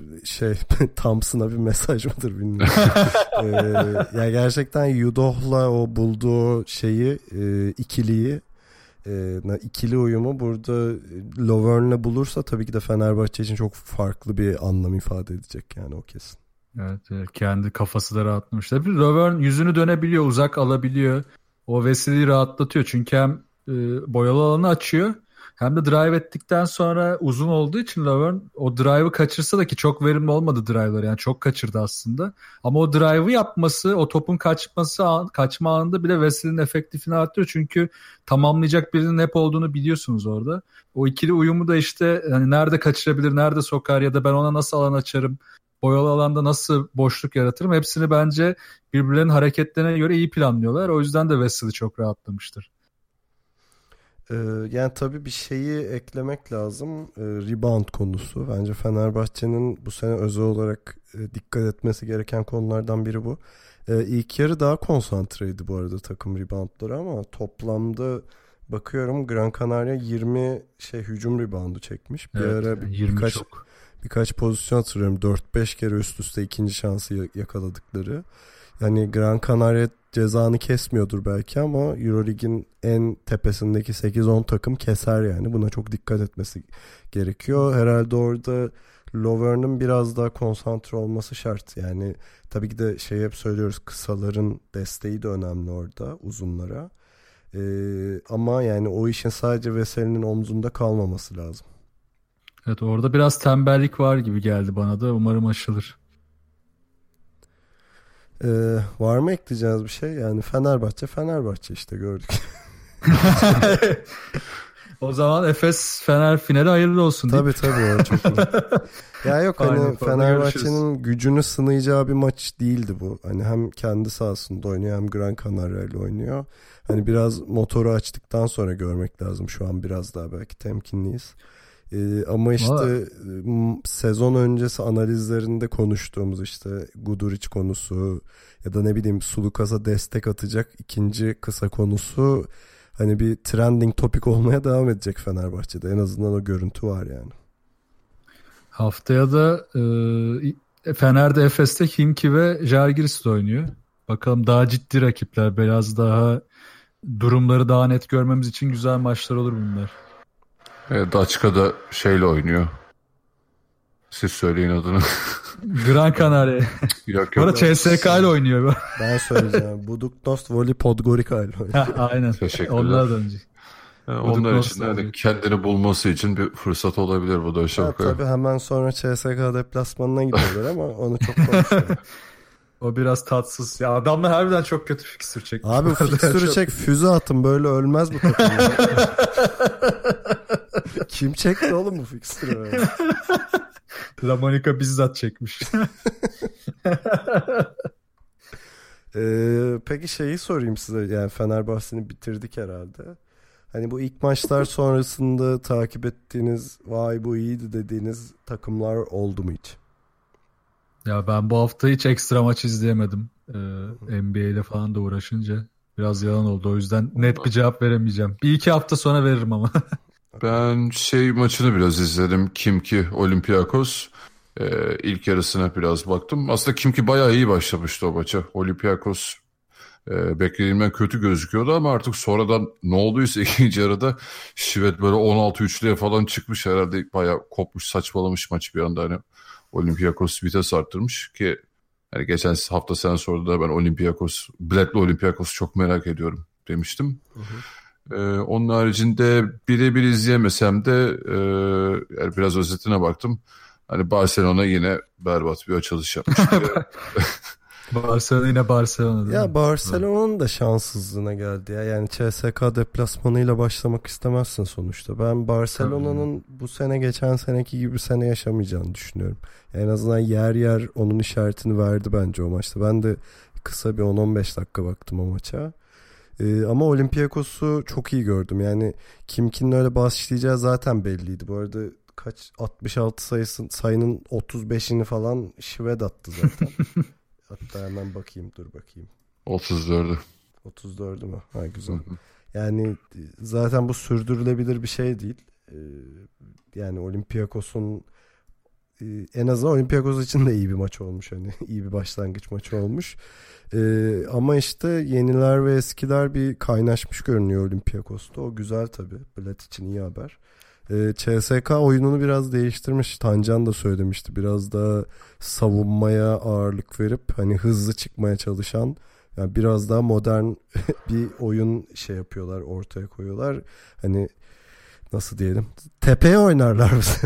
Thompson'a bir mesaj mıdır bilmiyorum. Ya gerçekten Yudoh'la o bulduğu şeyi ikiliyi ikili uyumu burada Lovern'le bulursa tabii ki de Fenerbahçe için çok farklı bir anlam ifade edecek yani o kesin. Evet, kendi kafası da rahatlamış. Tabii Lovern yüzünü dönebiliyor, uzak alabiliyor. O Veseli'yi rahatlatıyor çünkü hem boyalı alanı açıyor hem de drive ettikten sonra uzun olduğu için Lovern o drive'ı kaçırsa da ki çok verimli olmadı drive'lar yani çok kaçırdı aslında. Ama o drive'ı yapması, o topun kaçma anında bile Veseli'nin efektifini arttırıyor. Çünkü tamamlayacak birinin hep olduğunu biliyorsunuz orada. O ikili uyumu da işte hani nerede kaçırabilir, nerede sokar ya da ben ona nasıl alan açarım, boyalı alanda nasıl boşluk yaratırım hepsini bence birbirlerinin hareketlerine göre iyi planlıyorlar. O yüzden de Veseli çok rahatlamıştır. Yani tabii bir şeyi eklemek lazım. Rebound konusu. Bence Fenerbahçe'nin bu sene özel olarak dikkat etmesi gereken konulardan biri bu. İlk yarı daha konsantreydi bu arada takım reboundları ama toplamda bakıyorum Gran Canaria 20 hücum reboundu çekmiş. Bir ara birkaç pozisyon hatırlıyorum. 4-5 kere üst üste ikinci şansı yakaladıkları. Yani Gran Canaria cezanı kesmiyordur belki ama Eurolig'in en tepesindeki 8-10 takım keser yani. Buna çok dikkat etmesi gerekiyor. Herhalde orada Lovern'ın biraz daha konsantre olması şart. Yani tabii ki de hep söylüyoruz, kısaların desteği de önemli orada uzunlara. Ama yani o işin sadece Veseli'nin omzunda kalmaması lazım. Evet, orada biraz tembellik var gibi geldi bana da. Umarım aşılır. Var mı ekleyeceğiniz bir şey? Yani Fenerbahçe işte gördük. O zaman Efes Fener finali hayırlı olsun. Tabii o çok iyi. Ya yok hani Fenerbahçe'nin gücünü sınayacağı bir maç değildi bu. Hani hem kendi sahasında oynuyor hem Gran Canaria ile oynuyor. Hani biraz motoru açtıktan sonra görmek lazım. Şu an biraz daha belki temkinliyiz. Ama işte sezon öncesi analizlerinde konuştuğumuz işte Guduric konusu ya da ne bileyim Sulukas'a destek atacak ikinci kısa konusu hani bir trending topik olmaya devam edecek Fenerbahçe'de. En azından o görüntü var yani. Haftaya da Fener'de Efes'te Himki ve Žalgiris oynuyor. Bakalım daha ciddi rakipler. Biraz daha durumları daha net görmemiz için güzel maçlar olur bunlar. Daçka'da oynuyor. Siz söyleyin adını. Gran Canaria. Yok. Orada CSK ile oynuyor. Ben söyleyeceğim. Buduknost Voli Podgorica ile oynuyor. Aynen. Teşekkürler. Onlar da önce. Onlar için de kendini bulması için bir fırsat olabilir bu da tabii hemen sonra CSK deplasmanına gidiyorlar ama onu çok konuşuyor. O biraz tatsız. Ya adamlar harbiden çok kötü fikstür çekmiş. Abi fikstürü çek, füze atın, böyle ölmez bu takım. Kim çekti oğlum bu fikstürü? La Monica bizzat çekmiş. Peki şeyi sorayım size, yani Fenerbahçe'ni bitirdik herhalde. Hani bu ilk maçlar sonrasında takip ettiğiniz, vay bu iyiydi dediğiniz takımlar oldu mu hiç? Ya ben bu hafta hiç ekstra maç izleyemedim. NBA ile falan da uğraşınca biraz yalan oldu. O yüzden net bir cevap veremeyeceğim. Bir iki hafta sonra veririm ama. Ben maçını biraz izledim. Kimki Olympiakos. İlk yarısına biraz baktım. Aslında Kimki bayağı iyi başlamıştı o maça. Olympiakos beklediğimden kötü gözüküyordu ama artık sonradan ne olduysa ikinci yarıda Şivet böyle 16-3'lüye falan çıkmış. Herhalde bayağı kopmuş, saçmalamış maç bir anda. Hani Olympiakos vites arttırmış ki hani geçen hafta sen sordu da ben Biletli Olympiakos'u çok merak ediyorum demiştim. Onun haricinde birebir izleyemesem de yani biraz özetine baktım. Hani Barcelona yine berbat bir açılış yapmış. Barcelona yine Barcelona. Ya Barcelona'nın da şanssızlığına geldi ya. Yani CSK deplasmanıyla başlamak istemezsin sonuçta. Ben Barcelona'nın bu sene geçen seneki gibi bir sene yaşamayacağını düşünüyorum. En azından yer yer onun işaretini verdi bence o maçta. Ben de kısa bir 10-15 dakika baktım o maça. Ama Olympiakos'u çok iyi gördüm. Yani Kimki'nin öyle başlayacağı zaten belliydi. Bu arada 66 sayının 35'ini falan Şived attı zaten. Hatta hemen bakayım, dur bakayım. 34'ü. 34'ü mü? Ha, güzel. Yani zaten bu sürdürülebilir bir şey değil. Yani Olympiakos'un en azından Olympiakos için de iyi bir maç olmuş. Hani iyi bir başlangıç maçı olmuş. Ama işte yeniler ve eskiler bir kaynaşmış görünüyor Olympiakos'ta. O güzel tabii. Bled için iyi haber. CSK oyununu biraz değiştirmiş. Tancan da söylemişti. Biraz daha savunmaya ağırlık verip hani hızlı çıkmaya çalışan, yani biraz daha modern bir oyun şey yapıyorlar, ortaya koyuyorlar. Hani nasıl diyelim? Tepeye oynarlar mı?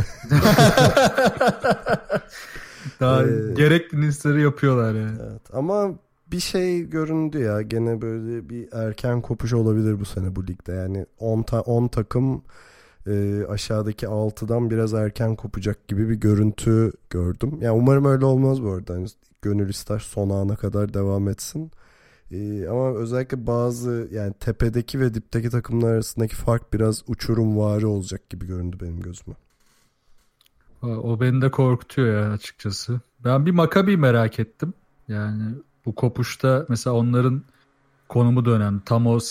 Daha gerekli nisleri yapıyorlar yani. Evet, ama bir şey göründü ya, gene böyle bir erken kopuş olabilir bu sene bu ligde. Yani 10 takım aşağıdaki 6'dan biraz erken kopacak gibi bir görüntü gördüm. Yani umarım öyle olmaz bu arada. Yani gönül ister son ana kadar devam etsin. Ama özellikle bazı, yani tepedeki ve dipteki takımlar arasındaki fark biraz uçurumvari olacak gibi göründü benim gözüme. O beni de korkutuyor ya açıkçası. Ben bir Maccabi merak ettim. Yani bu kopuşta mesela onların konumu da önemli. Tam o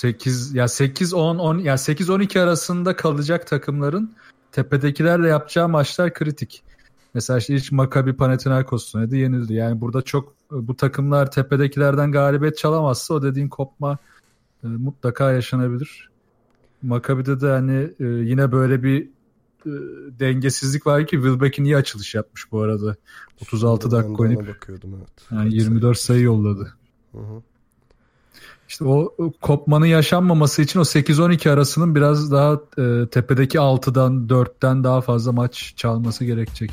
8-12 arasında kalacak takımların tepedekilerle yapacağı maçlar kritik. Mesela işte hiç Maccabi Panathinaikos'un yenildi. Yani burada çok bu takımlar tepedekilerden galibiyet çalamazsa o dediğin kopma mutlaka yaşanabilir. Maccabi'de de hani yine böyle bir dengesizlik var ki Wilbeck'in iyi açılış yapmış bu arada. 36 dakika oynayıp evet. Yani 24 sayı yolladı. Hı hı. İşte o kopmanın yaşanmaması için o 8-12 arasının biraz daha tepedeki 6'dan 4'ten daha fazla maç çalması gerekecek.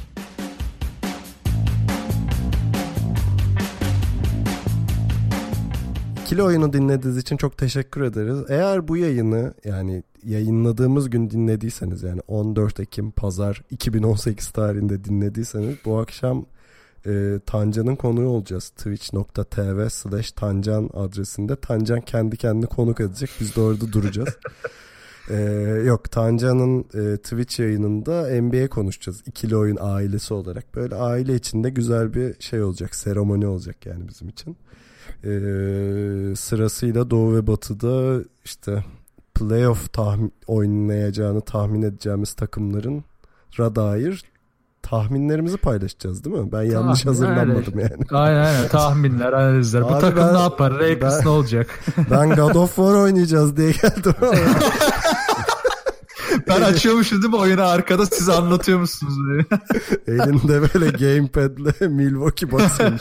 İkili oyunu dinlediğiniz için çok teşekkür ederiz. Eğer bu yayını, yani yayınladığımız gün dinlediyseniz, yani 14 Ekim Pazar 2018 tarihinde dinlediyseniz, bu akşam Tancan'ın konuğu olacağız. Twitch.tv/Tancan adresinde. Tancan kendi kendine konuk edecek. Biz de orada duracağız. Yok, Tancan'ın Twitch yayınında NBA konuşacağız. İkili oyun ailesi olarak. Böyle aile içinde güzel bir şey olacak. Seremoni olacak yani bizim için. Sırasıyla Doğu ve Batı'da işte playoff oynayacağını tahmin edeceğimiz takımların dair tahminlerimizi paylaşacağız değil mi? Ben yanlış hazırlanmadım yani. Aynen tahminler, analizler. Bu takım ne yapar? Rapist ne olacak? Ben God of War oynayacağız diye geldim ama. Ben açıyormuşum değil mi oyunu, arkada siz anlatıyor musunuz diye. Elinde böyle gamepad'le Milwaukee basıyormuş.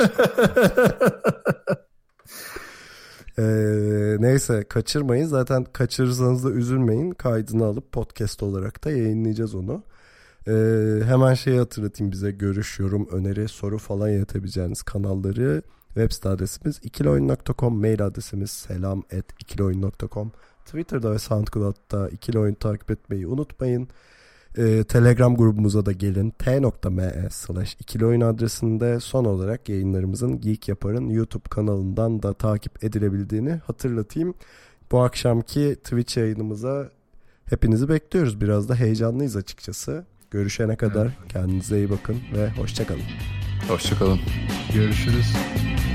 Neyse, kaçırmayın. Zaten kaçırırsanız da üzülmeyin. Kaydını alıp podcast olarak da yayınlayacağız onu. Hemen şeyi hatırlatayım, bize görüş, yorum, öneri, soru falan iletebileceğiniz kanalları. Web site adresimiz ikilioyun.com, mail adresimiz selam@ikilioyun.com. Twitter'da ve SoundCloud'da ikili oyun takip etmeyi unutmayın. Telegram grubumuza da gelin. t.me/ikilioyun adresinde. Son olarak yayınlarımızın Geek Yapar'ın YouTube kanalından da takip edilebildiğini hatırlatayım. Bu akşamki Twitch yayınımıza hepinizi bekliyoruz. Biraz da heyecanlıyız açıkçası. Görüşene kadar kendinize iyi bakın ve hoşça kalın. Hoşça kalın. Görüşürüz.